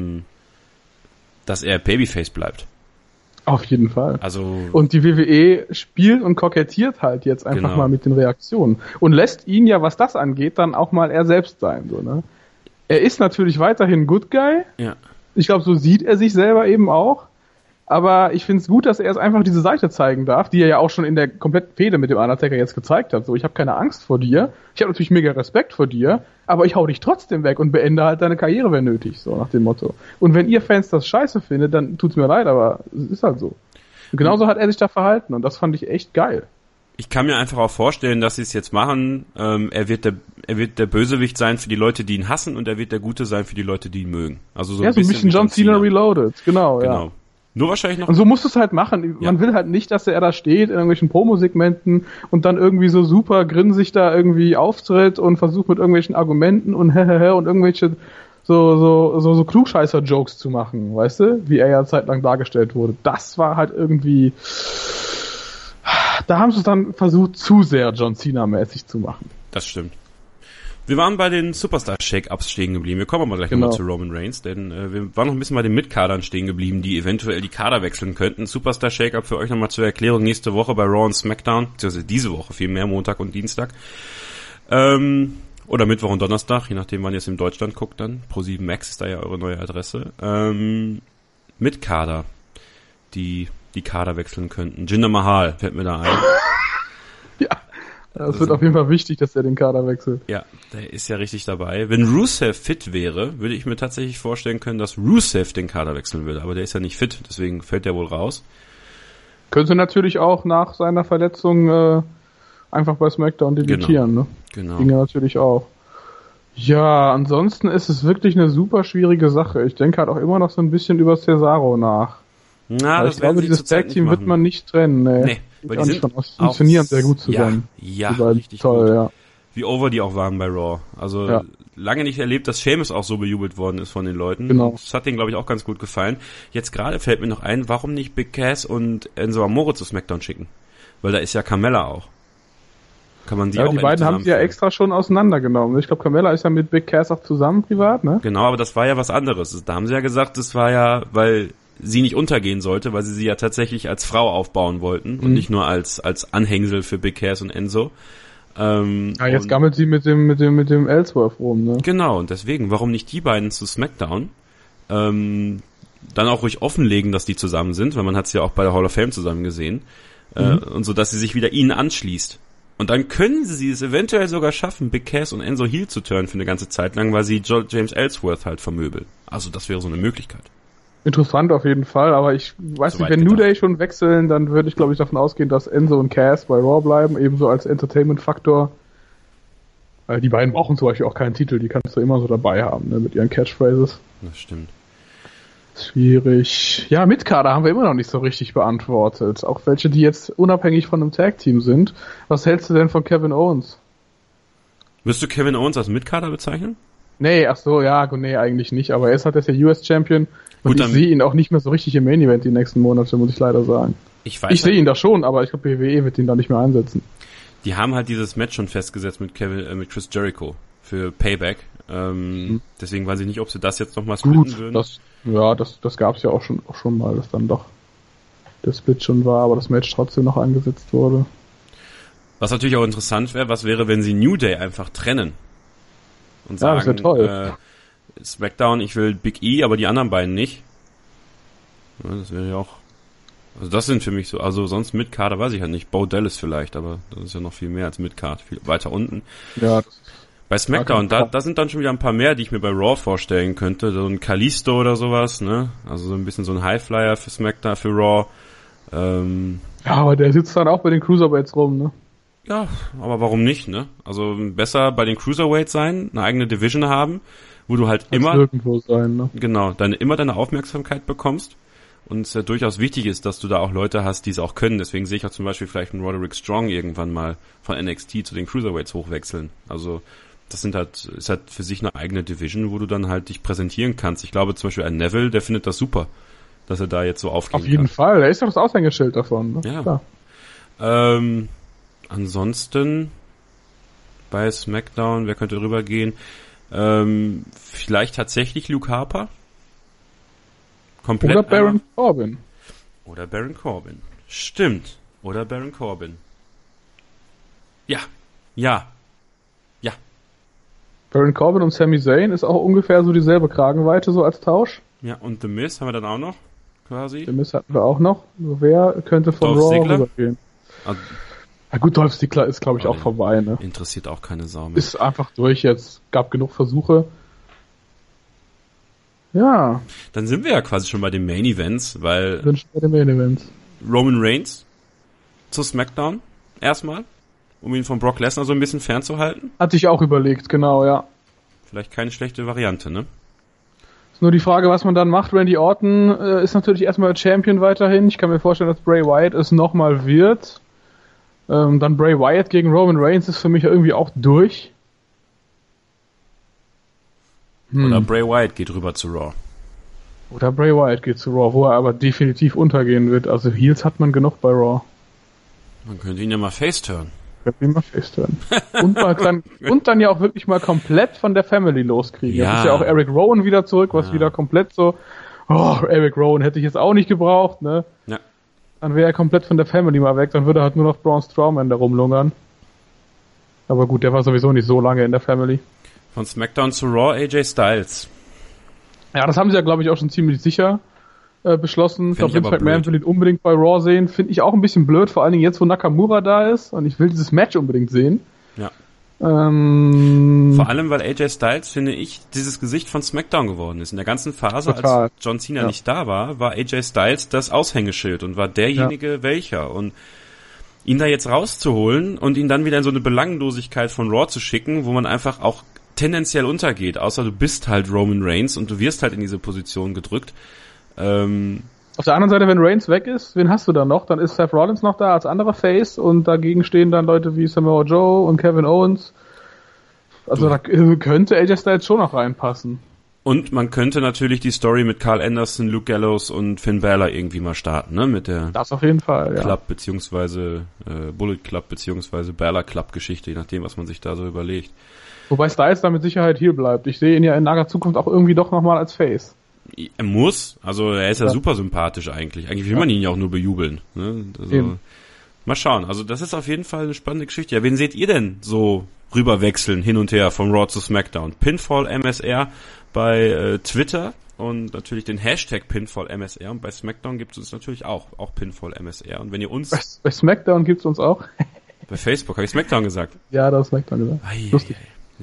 er Babyface bleibt. Auf jeden Fall. Also und die WWE spielt und kokettiert halt jetzt einfach mal mit den Reaktionen und lässt ihn ja, was das angeht, dann auch mal er selbst sein. So, ne? Er ist natürlich weiterhin Good Guy. Ja. Ich glaube, so sieht er sich selber eben auch. Aber ich finde es gut, dass er es einfach diese Seite zeigen darf, die er ja auch schon in der kompletten Fehde mit dem Undertaker jetzt gezeigt hat. So, ich habe keine Angst vor dir, ich habe natürlich mega Respekt vor dir, aber ich hau dich trotzdem weg und beende halt deine Karriere, wenn nötig, so nach dem Motto. Und wenn ihr Fans das scheiße findet, dann tut's mir leid, aber es ist halt so. Und genauso hat er sich da verhalten und das fand ich echt geil. Ich kann mir einfach auch vorstellen, dass sie es jetzt machen. Er wird der Bösewicht sein für die Leute, die ihn hassen, und er wird der Gute sein für die Leute, die ihn mögen. Also so ein bisschen John Cena Reloaded, genau. Ja. Nur wahrscheinlich noch. Und so musst du es halt machen. Man will halt nicht, dass er da steht in irgendwelchen Promo-Segmenten und dann irgendwie so super grinsig da irgendwie auftritt und versucht mit irgendwelchen Argumenten und und irgendwelche so Klugscheißer-Jokes zu machen, weißt du? Wie er ja zeitlang dargestellt wurde. Das war halt irgendwie, da haben sie es dann versucht, zu sehr John Cena-mäßig zu machen. Das stimmt. Wir waren bei den Superstar-Shake-Ups stehen geblieben. Wir kommen aber gleich nochmal zu Roman Reigns, denn wir waren noch ein bisschen bei den Mid-Kadern stehen geblieben, die eventuell die Kader wechseln könnten. Superstar-Shake-Up für euch nochmal zur Erklärung nächste Woche bei Raw und SmackDown, beziehungsweise diese Woche vielmehr, Montag und Dienstag. Oder Mittwoch und Donnerstag, je nachdem, wann ihr es in Deutschland guckt dann. Pro7 Max ist da ja eure neue Adresse. Mid-Kader, die Kader wechseln könnten. Jinder Mahal fällt mir da ein. Ja. Es wird auf jeden Fall wichtig, dass er den Kader wechselt. Ja, der ist ja richtig dabei. Wenn Rusev fit wäre, würde ich mir tatsächlich vorstellen können, dass Rusev den Kader wechseln würde. Aber der ist ja nicht fit, deswegen fällt der wohl raus. Könnte natürlich auch nach seiner Verletzung einfach bei SmackDown debütieren. Ne? Genau. Ging ja natürlich auch. Ja, ansonsten ist es wirklich eine super schwierige Sache. Ich denke halt auch immer noch so ein bisschen über Cesaro nach. Na, das ich glaube, dieses Tag-Team wird man nicht trennen. Nee. Weil die funktionieren sehr gut zusammen. Ja, richtig toll, gut. Ja. Wie over die auch waren bei Raw. Also lange nicht erlebt, dass Sheamus auch so bejubelt worden ist von den Leuten. Genau. Das hat denen, glaube ich, auch ganz gut gefallen. Jetzt gerade fällt mir noch ein, warum nicht Big Cass und Enzo Amore zu SmackDown schicken? Weil da ist ja Carmella auch. Kann man die auch die beiden haben sie ja extra schon auseinandergenommen. Ich glaube, Carmella ist ja mit Big Cass auch zusammen privat, ne? Genau, aber das war ja was anderes. Da haben sie ja gesagt, das war ja, weil sie nicht untergehen sollte, weil sie ja tatsächlich als Frau aufbauen wollten und nicht nur als Anhängsel für Big Cass und Enzo. Jetzt gammelt sie mit dem Ellsworth rum, ne? Genau, und deswegen, warum nicht die beiden zu SmackDown? Dann auch ruhig offenlegen, dass die zusammen sind, weil man hat es ja auch bei der Hall of Fame zusammen gesehen. Und so, dass sie sich wieder ihnen anschließt. Und dann können sie es eventuell sogar schaffen, Big Cass und Enzo heel zu turnen für eine ganze Zeit lang, weil sie James Ellsworth halt vermöbeln. Also das wäre so eine Möglichkeit. Interessant auf jeden Fall, aber ich weiß nicht, wenn New Day schon wechseln, dann würde ich, glaube ich, davon ausgehen, dass Enzo und Cass bei Raw bleiben, ebenso als Entertainment-Faktor. Weil die beiden brauchen zum Beispiel auch keinen Titel, die kannst du immer so dabei haben, ne, mit ihren Catchphrases. Das stimmt. Schwierig. Ja, Midkader haben wir immer noch nicht so richtig beantwortet. Auch welche, die jetzt unabhängig von einem Tag-Team sind. Was hältst du denn von Kevin Owens? Würdest du Kevin Owens als Midkader bezeichnen? Nee, ach so, ja, nee, eigentlich nicht. Aber er ist halt jetzt der US-Champion und ich sehe ihn auch nicht mehr so richtig im Main-Event die nächsten Monate, muss ich leider sagen. Ich sehe ihn da schon, aber ich glaube, WWE wird ihn da nicht mehr einsetzen. Die haben halt dieses Match schon festgesetzt mit Chris Jericho für Payback. Deswegen weiß ich nicht, ob sie das jetzt nochmal splitten würden. Das gab's ja auch schon mal, dass dann doch der Split schon war, aber das Match trotzdem noch angesetzt wurde. Was natürlich auch interessant wäre, was wäre, wenn sie New Day einfach trennen? Und sagen, das wäre toll. SmackDown, ich will Big E, aber die anderen beiden nicht. Ja, das wäre ja auch... Also das sind für mich so, also sonst Mid-Card, weiß ich halt nicht. Bo Dallas vielleicht, aber das ist ja noch viel mehr als Mid-Card, viel weiter unten. Ja, das bei SmackDown, da sind dann schon wieder ein paar mehr, die ich mir bei Raw vorstellen könnte. So ein Kalisto oder sowas, ne? Also so ein bisschen so ein Highflyer für SmackDown, für Raw. Ja, aber der sitzt dann auch bei den Cruiserweights rum, ne? Ja, aber warum nicht, ne? Also besser bei den Cruiserweights sein, eine eigene Division haben, wo du halt immer irgendwo sein, ne? Genau, immer deine Aufmerksamkeit bekommst. Und es ja durchaus wichtig ist, dass du da auch Leute hast, die es auch können. Deswegen sehe ich auch zum Beispiel vielleicht einen Roderick Strong irgendwann mal von NXT zu den Cruiserweights hochwechseln. Also das ist halt für sich eine eigene Division, wo du dann halt dich präsentieren kannst. Ich glaube zum Beispiel ein Neville, der findet das super, dass er da jetzt so aufgehen kann. Auf jeden Fall, der ist doch das Aushängeschild davon. Ne? Ja. Ansonsten bei SmackDown, wer könnte rübergehen? Vielleicht tatsächlich Luke Harper? Komplett oder Baron Corbin. Oder Baron Corbin. Stimmt. Oder Baron Corbin. Ja. Baron Corbin und Sami Zayn ist auch ungefähr so dieselbe Kragenweite, so als Tausch. Ja, und The Miz haben wir dann auch noch, quasi. The Miz hatten wir auch noch. Wer könnte von Dolph Raw Ziggler rübergehen? Na gut, Dolph Ziggler ist, glaube ich, auch vorbei, ne? Interessiert auch keine Sau mehr. Ist einfach durch jetzt. Gab genug Versuche. Ja. Dann sind wir ja quasi schon bei den Main Events, weil Roman Reigns zu SmackDown erstmal, um ihn von Brock Lesnar so ein bisschen fernzuhalten. Hatte ich auch überlegt, genau, ja. Vielleicht keine schlechte Variante, ne? Ist nur die Frage, was man dann macht. Randy Orton ist natürlich erstmal Champion weiterhin. Ich kann mir vorstellen, dass Bray Wyatt es nochmal wird. Dann Bray Wyatt gegen Roman Reigns ist für mich irgendwie auch durch. Oder Bray Wyatt geht rüber zu Raw. Oder Bray Wyatt geht zu Raw, wo er aber definitiv untergehen wird. Also Heels hat man genug bei Raw. Man könnte ihn ja mal faceturnen. Und dann ja auch wirklich mal komplett von der Family loskriegen. Ja. Jetzt ist ja auch Eric Rowan wieder zurück, was wieder komplett so, Eric Rowan hätte ich jetzt auch nicht gebraucht, ne? Ja. Dann wäre er komplett von der Family mal weg, dann würde halt nur noch Braun Strowman da rumlungern. Aber gut, der war sowieso nicht so lange in der Family. Von SmackDown zu Raw, AJ Styles. Ja, das haben sie ja, glaube ich, auch schon ziemlich sicher beschlossen. Ich glaube, Vince McMahon will ihn unbedingt bei Raw sehen. Finde ich auch ein bisschen blöd, vor allen Dingen jetzt, wo Nakamura da ist. Und ich will dieses Match unbedingt sehen. Ja. Vor allem, weil AJ Styles, finde ich, dieses Gesicht von SmackDown geworden ist. In der ganzen Phase, total. Als John Cena nicht da war AJ Styles das Aushängeschild und war derjenige welcher. Und ihn da jetzt rauszuholen und ihn dann wieder in so eine Belanglosigkeit von Raw zu schicken, wo man einfach auch tendenziell untergeht, außer du bist halt Roman Reigns und du wirst halt in diese Position gedrückt. Auf der anderen Seite, wenn Reigns weg ist, wen hast du dann noch? Dann ist Seth Rollins noch da als anderer Face und dagegen stehen dann Leute wie Samoa Joe und Kevin Owens. Also da könnte AJ Styles schon noch reinpassen. Und man könnte natürlich die Story mit Carl Anderson, Luke Gallows und Finn Balor irgendwie mal starten, ne? Mit der das auf jeden Fall, Club beziehungsweise Bullet Club beziehungsweise Balor Club Geschichte, je nachdem, was man sich da so überlegt. Wobei Styles da mit Sicherheit hier bleibt. Ich sehe ihn ja in naher Zukunft auch irgendwie doch nochmal als Face. Er muss, also er ist ja super sympathisch eigentlich. Eigentlich will man ihn ja auch nur bejubeln. Ne? Also, mal schauen, also das ist auf jeden Fall eine spannende Geschichte. Ja, wen seht ihr denn so rüberwechseln, hin und her, von Raw zu SmackDown? Pinfall MSR bei Twitter und natürlich den Hashtag Pinfall MSR. Und bei SmackDown gibt es uns natürlich auch Pinfall MSR. Und wenn ihr uns... Bei SmackDown gibt es uns auch. Bei Facebook, habe ich SmackDown gesagt? Ja, da ist SmackDown gesagt. Lustig.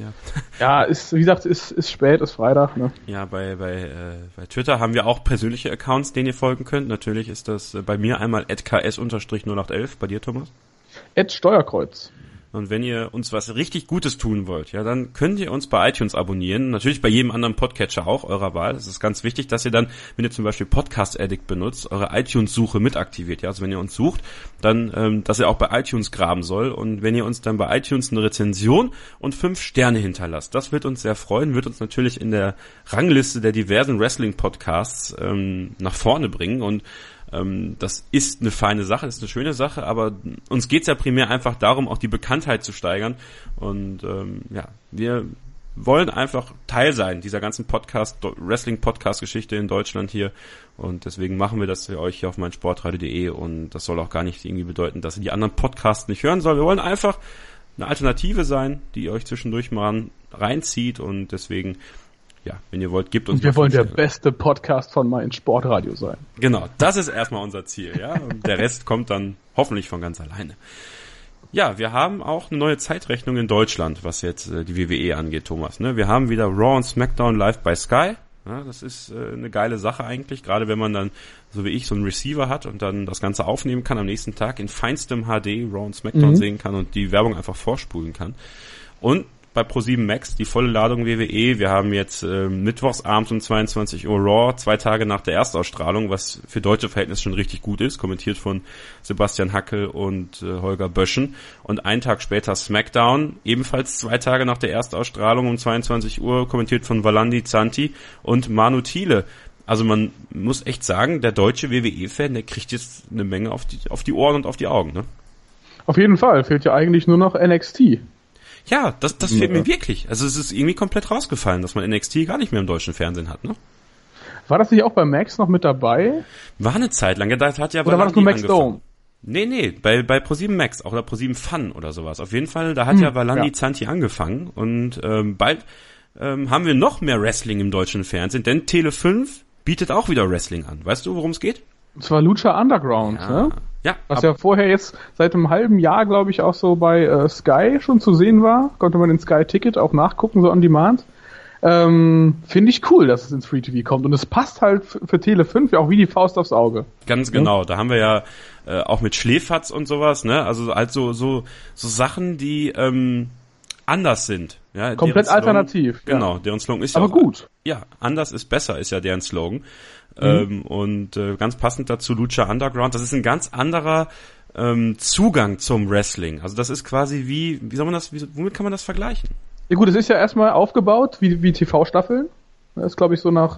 Ja, ist, wie gesagt, ist spät, ist Freitag, ne? Ja, bei Twitter haben wir auch persönliche Accounts, denen ihr folgen könnt. Natürlich ist das bei mir einmal @ks_081, bei dir, Thomas? @Steuerkreuz. Und wenn ihr uns was richtig Gutes tun wollt, ja, dann könnt ihr uns bei iTunes abonnieren. Natürlich bei jedem anderen Podcatcher auch, eurer Wahl. Es ist ganz wichtig, dass ihr dann, wenn ihr zum Beispiel Podcast Addict benutzt, eure iTunes-Suche mit aktiviert. Ja, also wenn ihr uns sucht, dann, dass ihr auch bei iTunes graben soll. Und wenn ihr uns dann bei iTunes eine Rezension und 5 Sterne hinterlasst, das wird uns sehr freuen, wird uns natürlich in der Rangliste der diversen Wrestling-Podcasts nach vorne bringen. Und das ist eine feine Sache, das ist eine schöne Sache, aber uns geht's ja primär einfach darum, auch die Bekanntheit zu steigern. Und wir wollen einfach Teil sein dieser ganzen Wrestling-Podcast-Geschichte in Deutschland hier. Und deswegen machen wir das für euch hier auf meinsportradio.de. Und das soll auch gar nicht irgendwie bedeuten, dass ihr die anderen Podcasts nicht hören sollt. Wir wollen einfach eine Alternative sein, die euch zwischendurch mal reinzieht. Und deswegen, ja, wenn ihr wollt, gebt uns. Und wir wollen der beste Podcast von Meinsportradio sein. Genau, das ist erstmal unser Ziel, ja. Und der Rest kommt dann hoffentlich von ganz alleine. Ja, wir haben auch eine neue Zeitrechnung in Deutschland, was jetzt die WWE angeht, Thomas. Ne? Wir haben wieder Raw und SmackDown live bei Sky. Ja, das ist eine geile Sache eigentlich, gerade wenn man dann, so wie ich, so einen Receiver hat und dann das Ganze aufnehmen kann am nächsten Tag in feinstem HD Raw und SmackDown sehen kann und die Werbung einfach vorspulen kann. Und bei ProSieben Max die volle Ladung WWE. Wir haben jetzt mittwochs abends um 22 Uhr Raw, 2 Tage nach der Erstausstrahlung, was für deutsche Verhältnisse schon richtig gut ist, kommentiert von Sebastian Hackel und Holger Böschen. Und einen Tag später SmackDown, ebenfalls 2 Tage nach der Erstausstrahlung um 22 Uhr, kommentiert von Valandi Zanti und Manu Thiele. Also man muss echt sagen, der deutsche WWE-Fan, der kriegt jetzt eine Menge auf die Ohren und auf die Augen, ne? Auf jeden Fall, fehlt ja eigentlich nur noch NXT. Ja, das fehlt mir wirklich. Also es ist irgendwie komplett rausgefallen, dass man NXT gar nicht mehr im deutschen Fernsehen hat, ne? War das nicht auch bei Max noch mit dabei? War eine Zeit lang. Das hat ja oder war das nur Max Dome? Nee, bei ProSieben Max, auch oder ProSieben Fun oder sowas. Auf jeden Fall, da hat ja Valandi Zanti angefangen und bald haben wir noch mehr Wrestling im deutschen Fernsehen, denn Tele5 bietet auch wieder Wrestling an. Weißt du, worum es geht? Und zwar Lucha Underground, ne? Ja. Was ja vorher jetzt seit einem halben Jahr, glaube ich, auch so bei Sky schon zu sehen war. Konnte man den Sky-Ticket auch nachgucken, so on demand. Finde ich cool, dass es ins Free-TV kommt. Und es passt halt für Tele5 ja auch wie die Faust aufs Auge. Ganz genau. Da haben wir ja auch mit Schläferz und sowas, ne? Also halt so Sachen, die anders sind. Ja, komplett alternativ. Genau, deren Slogan ist aber ja auch, gut. Ja, anders ist besser, ist ja deren Slogan. Und ganz passend dazu Lucha Underground. Das ist ein ganz anderer Zugang zum Wrestling. Also das ist quasi wie soll man das, womit kann man das vergleichen? Ja gut, es ist ja erstmal aufgebaut wie TV-Staffeln. Das ist, glaube ich, so nach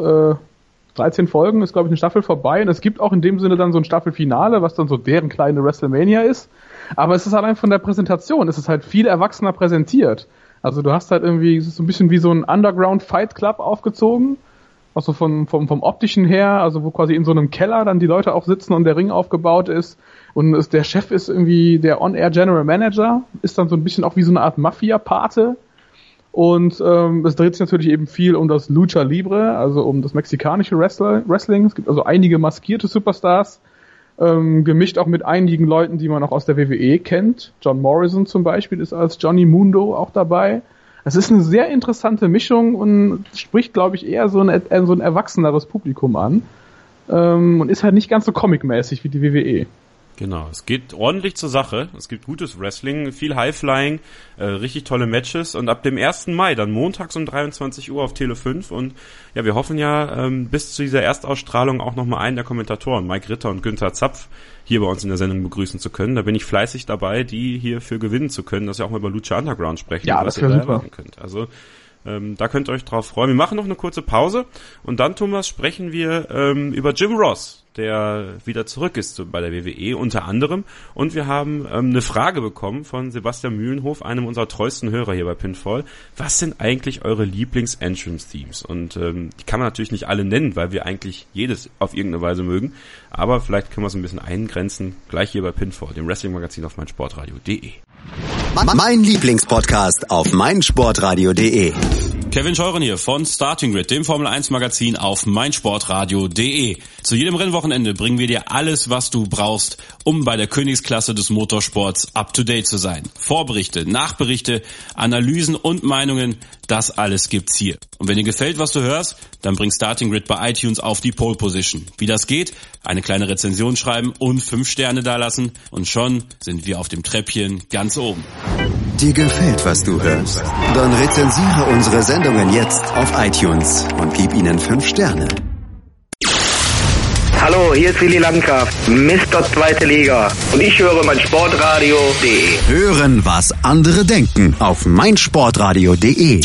13 Folgen ist, glaube ich, eine Staffel vorbei. Und es gibt auch in dem Sinne dann so ein Staffelfinale, was dann so deren kleine WrestleMania ist. Aber es ist allein von der Präsentation, es ist halt viel erwachsener präsentiert. Also du hast halt irgendwie, es ist so ein bisschen wie so ein Underground Fight Club aufgezogen. Also vom Optischen her, also wo quasi in so einem Keller dann die Leute auch sitzen und der Ring aufgebaut ist. Und der Chef ist irgendwie der On-Air General Manager, ist dann so ein bisschen auch wie so eine Art Mafia-Pate. Und es dreht sich natürlich eben viel um das Lucha Libre, also um das mexikanische Wrestling. Es gibt also einige maskierte Superstars, gemischt auch mit einigen Leuten, die man auch aus der WWE kennt. John Morrison zum Beispiel ist als Johnny Mundo auch dabei. Es ist eine sehr interessante Mischung und spricht, glaube ich, eher so ein erwachseneres Publikum an und ist halt nicht ganz so comic-mäßig wie die WWE. Genau, es geht ordentlich zur Sache. Es gibt gutes Wrestling, viel Highflying, richtig tolle Matches und ab dem 1. Mai, dann montags um 23 Uhr auf Tele5 und ja, wir hoffen ja bis zu dieser Erstausstrahlung auch nochmal einen der Kommentatoren, Mike Ritter und Günther Zapf, hier bei uns in der Sendung begrüßen zu können. Da bin ich fleißig dabei, die hierfür gewinnen zu können, dass wir auch mal über Lucha Underground sprechen. Ja, das wäre super. Könnt. Also da könnt ihr euch drauf freuen. Wir machen noch eine kurze Pause und dann, Thomas, sprechen wir über Jim Ross, der wieder zurück ist bei der WWE unter anderem. Und wir haben eine Frage bekommen von Sebastian Mühlenhof, einem unserer treuesten Hörer hier bei Pinfall. Was sind eigentlich eure Lieblings-Entrance-Themes? Und die kann man natürlich nicht alle nennen, weil wir eigentlich jedes auf irgendeine Weise mögen. Aber vielleicht können wir es ein bisschen eingrenzen, gleich hier bei Pinfall, dem Wrestling-Magazin auf meinsportradio.de. Mein Lieblingspodcast auf meinsportradio.de. Kevin Scheuren hier von Starting Grid, dem Formel 1 Magazin auf meinsportradio.de. Zu jedem Rennwochenende bringen wir dir alles, was du brauchst, um bei der Königsklasse des Motorsports up to date zu sein. Vorberichte, Nachberichte, Analysen und Meinungen, das alles gibt's hier. Und wenn dir gefällt, was du hörst, dann bring Starting Grid bei iTunes auf die Pole Position. Wie das geht? Eine kleine Rezension schreiben und 5 Sterne dalassen und schon sind wir auf dem Treppchen ganz oben. Dir gefällt, was du hörst? Dann rezensiere unsere Sendungen jetzt auf iTunes und gib ihnen 5 Sterne. Hallo, hier ist Willi Landgraf, Mr. Zweite Liga. Und ich höre meinsportradio.de. Hören, was andere denken auf meinsportradio.de.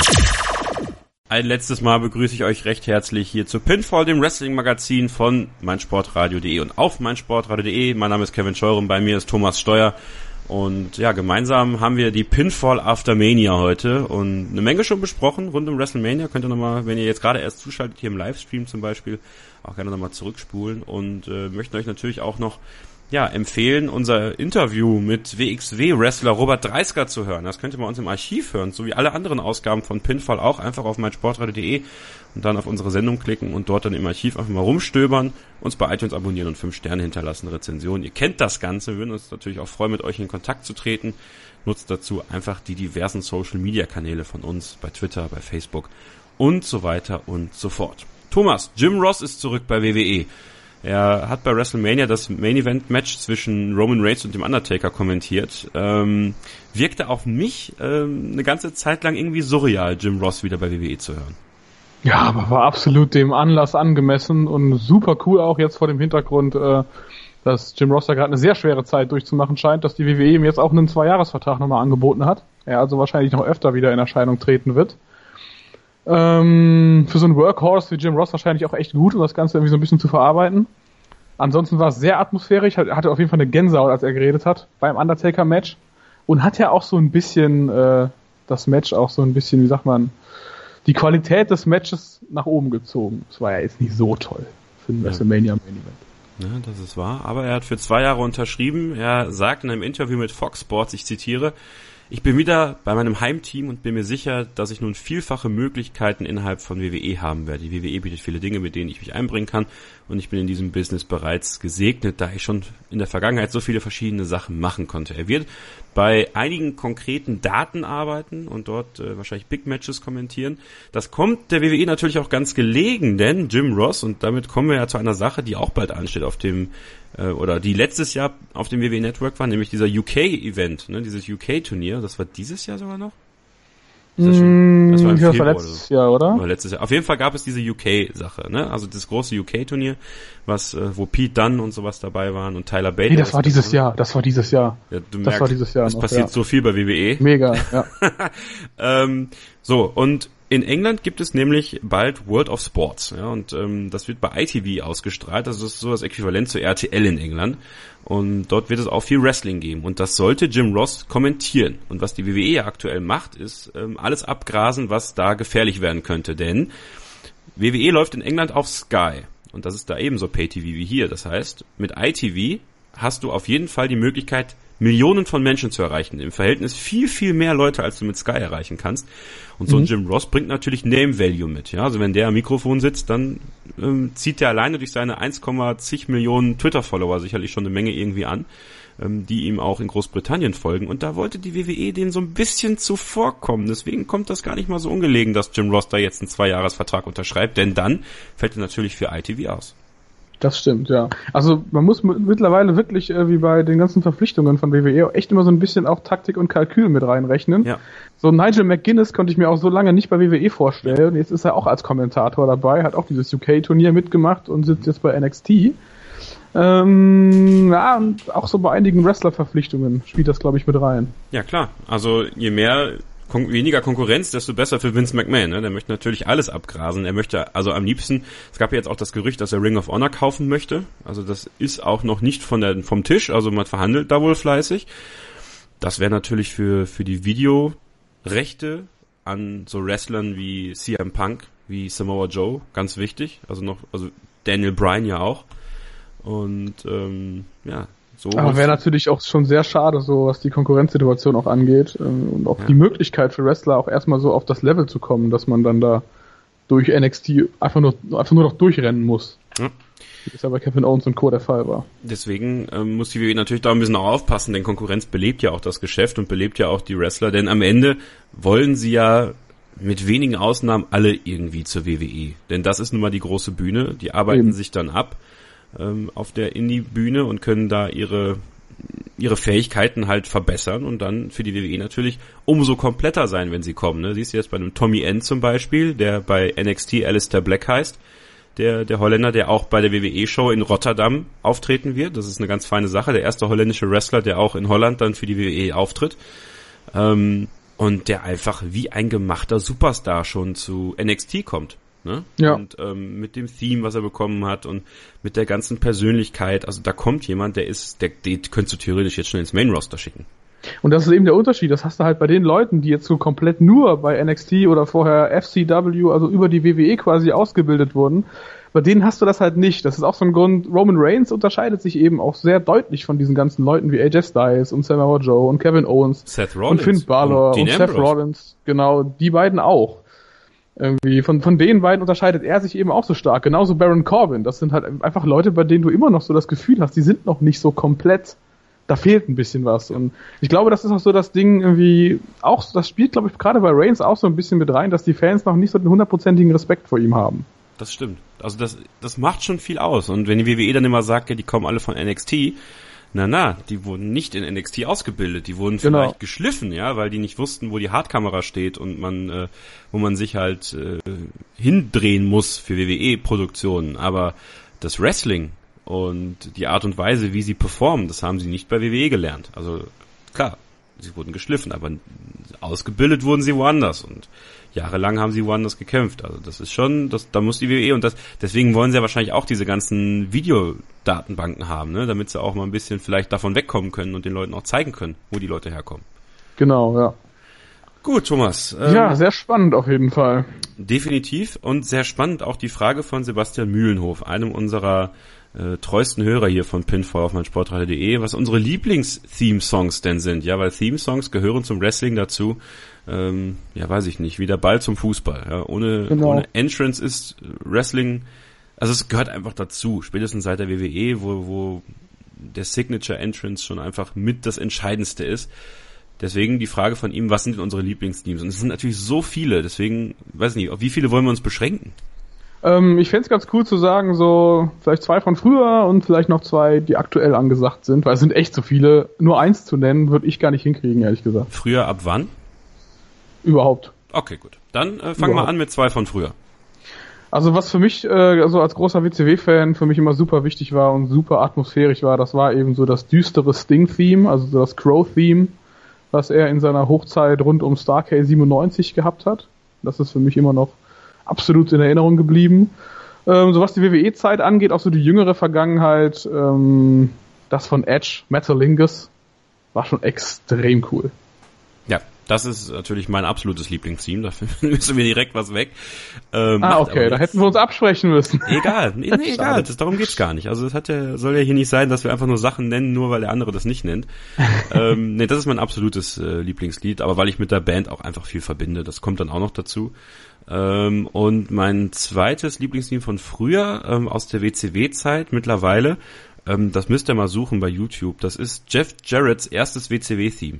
Ein letztes Mal begrüße ich euch recht herzlich hier zu Pinfall, dem Wrestling-Magazin von meinsportradio.de und auf meinsportradio.de. Mein Name ist Kevin Scheuren, bei mir ist Thomas Steuer. Und ja, gemeinsam haben wir die Pinfall After Mania heute und eine Menge schon besprochen rund um WrestleMania. Könnt ihr nochmal, wenn ihr jetzt gerade erst zuschaltet, hier im Livestream zum Beispiel, auch gerne nochmal zurückspulen und möchten euch natürlich auch noch empfehlen, unser Interview mit WXW-Wrestler Robert Dreisker zu hören. Das könnt ihr bei uns im Archiv hören, so wie alle anderen Ausgaben von Pinfall auch. Einfach auf meinsportradio.de und dann auf unsere Sendung klicken und dort dann im Archiv einfach mal rumstöbern, uns bei iTunes abonnieren und 5 Sterne hinterlassen, Rezensionen. Ihr kennt das Ganze, wir würden uns natürlich auch freuen, mit euch in Kontakt zu treten. Nutzt dazu einfach die diversen Social-Media-Kanäle von uns, bei Twitter, bei Facebook und so weiter und so fort. Thomas, Jim Ross ist zurück bei WWE. Er hat bei WrestleMania das Main-Event-Match zwischen Roman Reigns und dem Undertaker kommentiert. Wirkte auf mich eine ganze Zeit lang irgendwie surreal, Jim Ross wieder bei WWE zu hören. Ja, aber war absolut dem Anlass angemessen und super cool auch jetzt vor dem Hintergrund, dass Jim Ross da gerade eine sehr schwere Zeit durchzumachen scheint, dass die WWE ihm jetzt auch einen 2-Jahres-Vertrag nochmal angeboten hat. Er also wahrscheinlich noch öfter wieder in Erscheinung treten wird. Für so einen Workhorse wie Jim Ross wahrscheinlich auch echt gut, um das Ganze irgendwie so ein bisschen zu verarbeiten. Ansonsten war es sehr atmosphärisch, hatte auf jeden Fall eine Gänsehaut, als er geredet hat beim Undertaker-Match und hat ja auch so ein bisschen das Match auch so ein bisschen, wie sagt man, die Qualität des Matches nach oben gezogen. Das war ja jetzt nicht so toll für den WrestleMania Main Event. Ja, das ist wahr, aber er hat für 2 Jahre unterschrieben. Er sagt in einem Interview mit Fox Sports, ich zitiere: Ich bin wieder bei meinem Heimteam und bin mir sicher, dass ich nun vielfache Möglichkeiten innerhalb von WWE haben werde. Die WWE bietet viele Dinge, mit denen ich mich einbringen kann und ich bin in diesem Business bereits gesegnet, da ich schon in der Vergangenheit so viele verschiedene Sachen machen konnte. Er wird bei einigen konkreten Daten arbeiten und dort wahrscheinlich Big Matches kommentieren. Das kommt der WWE natürlich auch ganz gelegen, denn Jim Ross, und damit kommen wir ja zu einer Sache, die auch bald ansteht auf dem oder die letztes Jahr auf dem WWE Network war, nämlich dieser UK-Event, ne, dieses UK-Turnier. Das war dieses Jahr sogar noch? Das war im Februar war letztes Jahr, oder? War letztes Jahr. Auf jeden Fall gab es diese UK-Sache, ne? Also das große UK-Turnier, wo Pete Dunne und sowas dabei waren und Tyler Bate. Nee, das war dieses Jahr. Ja, war dieses Jahr. Es passiert so viel bei WWE. Mega, ja. So, und in England gibt es nämlich bald World of Sports, ja, und das wird bei ITV ausgestrahlt, das ist so das Äquivalent zu RTL in England, und dort wird es auch viel Wrestling geben, und das sollte Jim Ross kommentieren, und was die WWE ja aktuell macht, ist alles abgrasen, was da gefährlich werden könnte, denn WWE läuft in England auf Sky, und das ist da ebenso Pay-TV wie hier, das heißt, mit ITV hast du auf jeden Fall die Möglichkeit, Millionen von Menschen zu erreichen. Im Verhältnis viel, viel mehr Leute, als du mit Sky erreichen kannst. Und so ein Jim Ross bringt natürlich Name Value mit. Ja, also wenn der am Mikrofon sitzt, dann zieht der alleine durch seine 1,0 Millionen Twitter-Follower sicherlich schon eine Menge irgendwie an, die ihm auch in Großbritannien folgen. Und da wollte die WWE denen so ein bisschen zuvorkommen. Deswegen kommt das gar nicht mal so ungelegen, dass Jim Ross da jetzt einen 2-Jahres-Vertrag unterschreibt, denn dann fällt er natürlich für ITV aus. Das stimmt, ja. Also man muss mittlerweile wirklich, wie bei den ganzen Verpflichtungen von WWE, echt immer so ein bisschen auch Taktik und Kalkül mit reinrechnen. Ja. So Nigel McGuinness konnte ich mir auch so lange nicht bei WWE vorstellen. Jetzt ist er auch als Kommentator dabei, hat auch dieses UK-Turnier mitgemacht und sitzt jetzt bei NXT. Ja, und auch so bei einigen Wrestler-Verpflichtungen spielt das, glaube ich, mit rein. Ja, klar. Also je weniger Konkurrenz, desto besser für Vince McMahon. Ne? Der möchte natürlich alles abgrasen. Er möchte also am liebsten, es gab ja jetzt auch das Gerücht, dass er Ring of Honor kaufen möchte. Also das ist auch noch nicht vom Tisch, also man verhandelt da wohl fleißig. Das wäre natürlich für die Videorechte an so Wrestlern wie CM Punk, wie Samoa Joe ganz wichtig. Also Daniel Bryan ja auch. Und so. Aber wäre natürlich auch schon sehr schade, so was die Konkurrenzsituation auch angeht und auch die Möglichkeit für Wrestler auch erstmal so auf das Level zu kommen, dass man dann da durch NXT einfach nur noch durchrennen muss. Ja. Wie das ja bei Kevin Owens und Co. der Fall war. Deswegen muss die WWE natürlich da ein bisschen auch aufpassen, denn Konkurrenz belebt ja auch das Geschäft und belebt ja auch die Wrestler, denn am Ende wollen sie ja mit wenigen Ausnahmen alle irgendwie zur WWE. Denn das ist nun mal die große Bühne, die arbeiten sich dann ab auf der Indie-Bühne und können da ihre ihre Fähigkeiten halt verbessern und dann für die WWE natürlich umso kompletter sein, wenn sie kommen. Ne? Siehst du jetzt bei einem Tommy End zum Beispiel, der bei NXT Alistair Black heißt, der Holländer, der auch bei der WWE-Show in Rotterdam auftreten wird. Das ist eine ganz feine Sache. Der erste holländische Wrestler, der auch in Holland dann für die WWE auftritt. Und der einfach wie ein gemachter Superstar schon zu NXT kommt. Ne? Ja. Und mit dem Theme, was er bekommen hat und mit der ganzen Persönlichkeit, also da kommt jemand, den könntest du theoretisch jetzt schon ins Main-Roster schicken. Und das ist eben der Unterschied, das hast du halt bei den Leuten, die jetzt so komplett nur bei NXT oder vorher FCW, also über die WWE quasi ausgebildet wurden, bei denen hast du das halt nicht. Das ist auch so ein Grund, Roman Reigns unterscheidet sich eben auch sehr deutlich von diesen ganzen Leuten wie AJ Styles und Samoa Joe und Kevin Owens Seth Rollins und Finn Balor und Seth Rollins, genau, die beiden auch. Irgendwie von den beiden unterscheidet er sich eben auch so stark. Genauso Baron Corbin. Das sind halt einfach Leute, bei denen du immer noch so das Gefühl hast, die sind noch nicht so komplett, da fehlt ein bisschen was. Und ich glaube, das ist auch so das Ding irgendwie, auch, das spielt, glaube ich, gerade bei Reigns auch so ein bisschen mit rein, dass die Fans noch nicht so den 100%igen Respekt vor ihm haben. Das stimmt. Also das macht schon viel aus. Und wenn die WWE dann immer sagt, ja, die kommen alle von NXT, die wurden nicht in NXT ausgebildet, die wurden vielleicht geschliffen, ja, weil die nicht wussten, wo die Hardkamera steht und wo man sich halt hindrehen muss für WWE-Produktionen. Aber das Wrestling und die Art und Weise, wie sie performen, das haben sie nicht bei WWE gelernt. Also klar, sie wurden geschliffen, aber ausgebildet wurden sie woanders und jahrelang haben sie woanders gekämpft. Also das ist schon, da muss die WWE und deswegen wollen sie ja wahrscheinlich auch diese ganzen Videodatenbanken haben, ne, damit sie auch mal ein bisschen vielleicht davon wegkommen können und den Leuten auch zeigen können, wo die Leute herkommen. Genau, ja. Gut, Thomas. Ja, sehr spannend auf jeden Fall. Definitiv und sehr spannend auch die Frage von Sebastian Mühlenhof, einem unserer treuesten Hörer hier von Pinfall auf meinsportradio.de, was unsere Lieblings-Theme-Songs denn sind. Ja, weil Theme-Songs gehören zum Wrestling dazu, weiß ich nicht, wie der Ball zum Fußball. Ja, ohne Entrance ist Wrestling, also es gehört einfach dazu, spätestens seit der WWE, wo der Signature Entrance schon einfach mit das Entscheidendste ist. Deswegen die Frage von ihm, was sind denn unsere Lieblings-Themes? Und es sind natürlich so viele, deswegen, weiß nicht, auf wie viele wollen wir uns beschränken? Ich fände es ganz cool zu sagen, so vielleicht 2 von früher und vielleicht noch 2, die aktuell angesagt sind, weil es sind echt so viele. Nur 1 zu nennen, würde ich gar nicht hinkriegen, ehrlich gesagt. Früher ab wann? Überhaupt. Okay, gut. Dann fangen wir an mit 2 von früher. Also was für mich, also als großer WCW-Fan, für mich immer super wichtig war und super atmosphärisch war, das war eben so das düstere Sting-Theme, also das Crow-Theme, was er in seiner Hochzeit rund um Starrcade 97 gehabt hat. Das ist für mich immer noch absolut in Erinnerung geblieben. So was die WWE-Zeit angeht, auch so die jüngere Vergangenheit, das von Edge, Metalingus, war schon extrem cool. Ja, das ist natürlich mein absolutes Lieblingstheme, dafür müssen wir direkt was weg. Okay, da hätten wir uns absprechen müssen. Egal, egal, darum geht's gar nicht. Also es soll ja hier nicht sein, dass wir einfach nur Sachen nennen, nur weil der andere das nicht nennt. Das ist mein absolutes Lieblingslied, aber weil ich mit der Band auch einfach viel verbinde, das kommt dann auch noch dazu. Und mein zweites Lieblingstheme von früher, aus der WCW-Zeit mittlerweile, das müsst ihr mal suchen bei YouTube, das ist Jeff Jarrett's erstes WCW-Theme.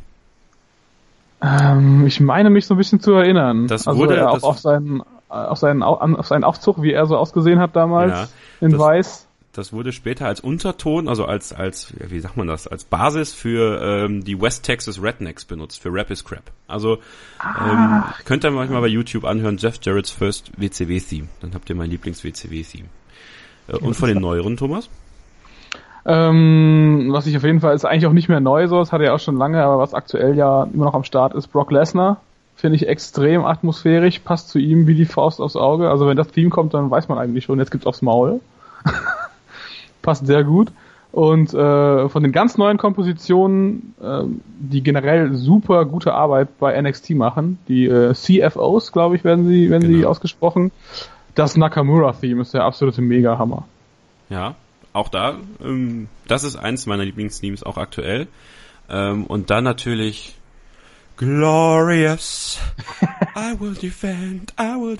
Ich meine mich so ein bisschen zu erinnern. Das wurde auch auf seinen Aufzug, wie er so ausgesehen hat damals, in Weiß. Das wurde später als Unterton, also als wie sagt man das, als Basis für die West Texas Rednecks benutzt, für Rap is Crap. Also könnt ihr manchmal bei YouTube anhören, Jeff Jarrett's First WCW-Theme. Dann habt ihr mein Lieblings-WCW-Theme. Und von den neueren, Thomas? Was ich auf jeden Fall, ist eigentlich auch nicht mehr neu so, das hat er ja auch schon lange, aber was aktuell ja immer noch am Start ist, Brock Lesnar. Finde ich extrem atmosphärisch, passt zu ihm wie die Faust aufs Auge. Also wenn das Theme kommt, dann weiß man eigentlich schon, jetzt gibt's aufs Maul. Passt sehr gut. Und von den ganz neuen Kompositionen, die generell super gute Arbeit bei NXT machen, die CFOs, glaube ich, werden sie ausgesprochen. Das Nakamura-Theme ist der absolute Mega-Hammer. Ja, auch da, das ist eins meiner Lieblingsthemes, auch aktuell. Und dann natürlich Glorious. I will defend.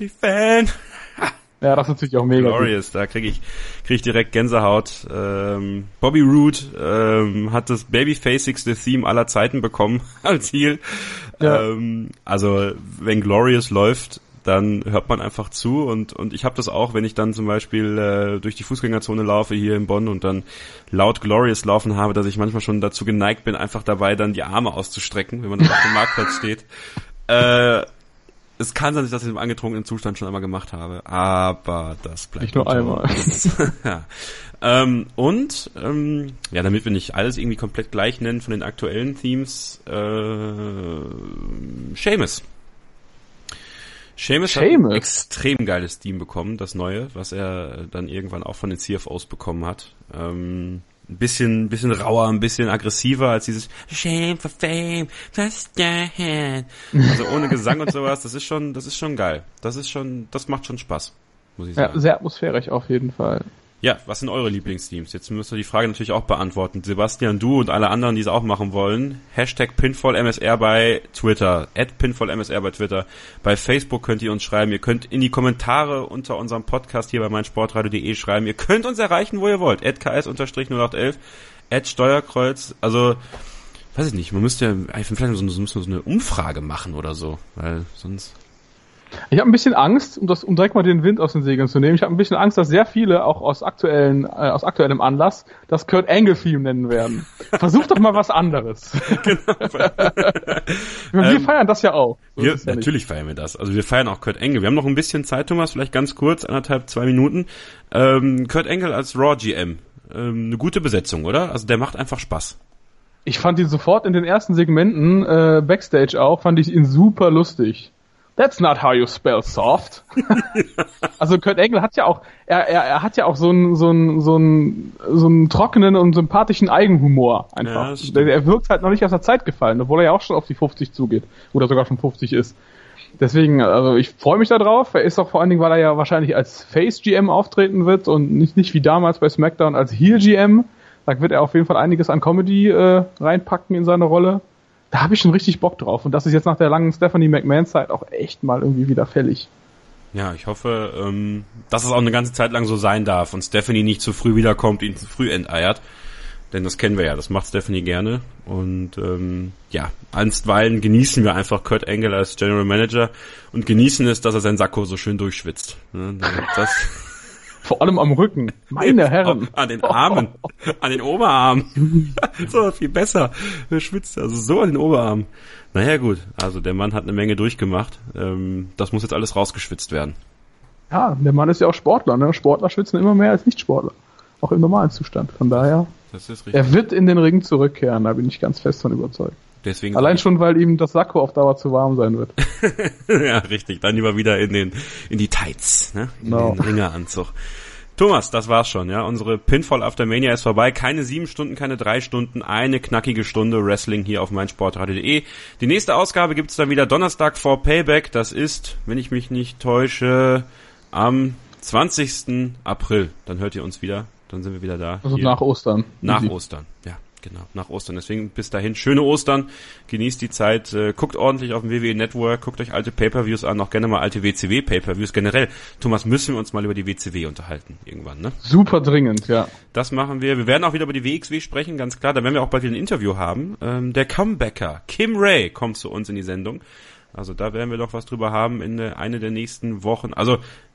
Ja, das ist natürlich auch mega. Glorious, da krieg ich direkt Gänsehaut. Bobby Roode hat das babyfacigste Theme aller Zeiten bekommen als Heel. Ja. Also wenn Glorious läuft, dann hört man einfach zu und ich habe das auch, wenn ich dann zum Beispiel durch die Fußgängerzone laufe hier in Bonn und dann laut Glorious laufen habe, dass ich manchmal schon dazu geneigt bin, einfach dabei dann die Arme auszustrecken, wenn man auf dem Marktplatz steht. Es kann sein, dass ich das im angetrunkenen Zustand schon einmal gemacht habe, aber das bleibt nicht nur einmal. Ja. Damit wir nicht alles irgendwie komplett gleich nennen von den aktuellen Themes, Sheamus hat ein extrem geiles Theme bekommen, das neue, was er dann irgendwann auch von den CFOs bekommen hat. Ein bisschen rauer, ein bisschen aggressiver als dieses Shame for Fame, just your hand. Also ohne Gesang und sowas, das ist schon geil. Das macht schon Spaß, muss ich sagen. Ja, sehr atmosphärisch auf jeden Fall. Ja, was sind eure Lieblingsteams? Jetzt müsst ihr die Frage natürlich auch beantworten. Sebastian, du und alle anderen, die es auch machen wollen. #PinfallMSR bei Twitter. @PinfallMSR bei Twitter. Bei Facebook könnt ihr uns schreiben. Ihr könnt in die Kommentare unter unserem Podcast hier bei meinsportradio.de schreiben. Ihr könnt uns erreichen, wo ihr wollt. @ks_0811. @Steuerkreuz. Also, weiß ich nicht. Man müsste vielleicht so eine Umfrage machen oder so. Weil sonst... Ich habe ein bisschen Angst, um direkt mal den Wind aus den Segeln zu nehmen. Ich habe ein bisschen Angst, dass sehr viele auch aus aktuellem Anlass das Kurt Angle-Theme nennen werden. Versuch doch mal was anderes. Genau. Wir feiern das ja auch. Natürlich feiern wir das. Also wir feiern auch Kurt Angle. Wir haben noch ein bisschen Zeit, Thomas, vielleicht ganz kurz, 1,5-2 Minuten. Kurt Angle als Raw GM. Eine gute Besetzung, oder? Also der macht einfach Spaß. Ich fand ihn sofort in den ersten Segmenten, Backstage auch, fand ich ihn super lustig. That's not how you spell soft. Also Kurt Angle hat ja auch, er hat ja auch so einen trockenen und sympathischen Eigenhumor einfach. Ja, er wirkt halt noch nicht aus der Zeit gefallen, obwohl er ja auch schon auf die 50 zugeht. Oder sogar schon 50 ist. Deswegen, also ich freue mich da drauf. Er ist auch vor allen Dingen, weil er ja wahrscheinlich als Face GM auftreten wird und nicht wie damals bei SmackDown als Heel GM. Da wird er auf jeden Fall einiges an Comedy reinpacken in seine Rolle. Da habe ich schon richtig Bock drauf. Und das ist jetzt nach der langen Stephanie McMahon-Zeit auch echt mal irgendwie wieder fällig. Ja, ich hoffe, dass es auch eine ganze Zeit lang so sein darf und Stephanie nicht zu früh wiederkommt, ihn zu früh enteiert. Denn das kennen wir ja, das macht Stephanie gerne. Und einstweilen genießen wir einfach Kurt Angle als General Manager und genießen es, dass er sein Sakko so schön durchschwitzt. Vor allem am Rücken. Meine Herren. An den Armen. An den Oberarmen. So, viel besser. Er schwitzt also so an den Oberarmen. Naja, gut. Also der Mann hat eine Menge durchgemacht. Das muss jetzt alles rausgeschwitzt werden. Ja, der Mann ist ja auch Sportler, ne? Sportler schwitzen immer mehr als Nicht-Sportler. Auch im normalen Zustand. Von daher, das ist richtig. Er wird in den Ring zurückkehren. Da bin ich ganz fest von überzeugt. Deswegen allein schon, weil ihm das Sakko auf Dauer zu warm sein wird. Ja, richtig. Dann lieber wieder in die Tights, ne? In den Ringeranzug. Thomas, das war's schon, ja. Unsere Pinfall After Mania ist vorbei. Keine 7 Stunden, keine 3 Stunden, eine knackige Stunde Wrestling hier auf meinsportradio.de. Die nächste Ausgabe gibt's dann wieder Donnerstag vor Payback. Das ist, wenn ich mich nicht täusche, am 20. April. Dann hört ihr uns wieder. Dann sind wir wieder da. Also hier. Nach Ostern. Nach Ostern, ja. Genau, nach Ostern. Deswegen bis dahin schöne Ostern, genießt die Zeit, guckt ordentlich auf dem WWE Network, guckt euch alte Pay-Per-Views an, auch gerne mal alte WCW Pay-Per-Views. Generell, Thomas, müssen wir uns mal über die WCW unterhalten irgendwann, ne? Super dringend, ja. Das machen wir. Wir werden auch wieder über die WXW sprechen, ganz klar. Da werden wir auch bald wieder ein Interview haben. Der Comebacker Kim Ray kommt zu uns in die Sendung. Also da werden wir doch was drüber haben in eine der nächsten Wochen. Also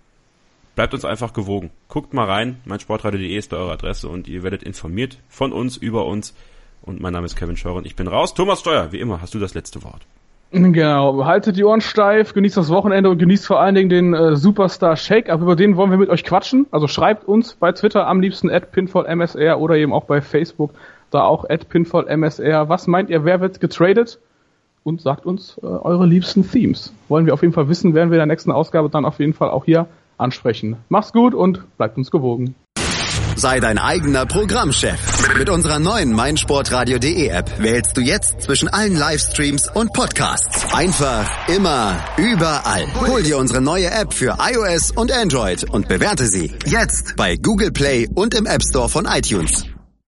bleibt uns einfach gewogen. Guckt mal rein. meinsportradio.de ist da eure Adresse und ihr werdet informiert von uns, über uns. Und mein Name ist Kevin Scheuren. Ich bin raus. Thomas Steuer, wie immer, hast du das letzte Wort. Genau. Haltet die Ohren steif, genießt das Wochenende und genießt vor allen Dingen den Superstar Shake-Up. Über den wollen wir mit euch quatschen. Also schreibt uns bei Twitter am liebsten @pinfallmsr oder eben auch bei Facebook, da auch @pinfallmsr. Was meint ihr, wer wird getradet? Und sagt uns eure liebsten Themes. Wollen wir auf jeden Fall wissen, werden wir in der nächsten Ausgabe dann auf jeden Fall auch hier ansprechen. Macht's gut und bleibt uns gewogen. Sei dein eigener Programmchef. Mit unserer neuen meinsportradio.de App wählst du jetzt zwischen allen Livestreams und Podcasts. Einfach, immer, überall. Hol dir unsere neue App für iOS und Android und bewerte sie jetzt bei Google Play und im App Store von iTunes.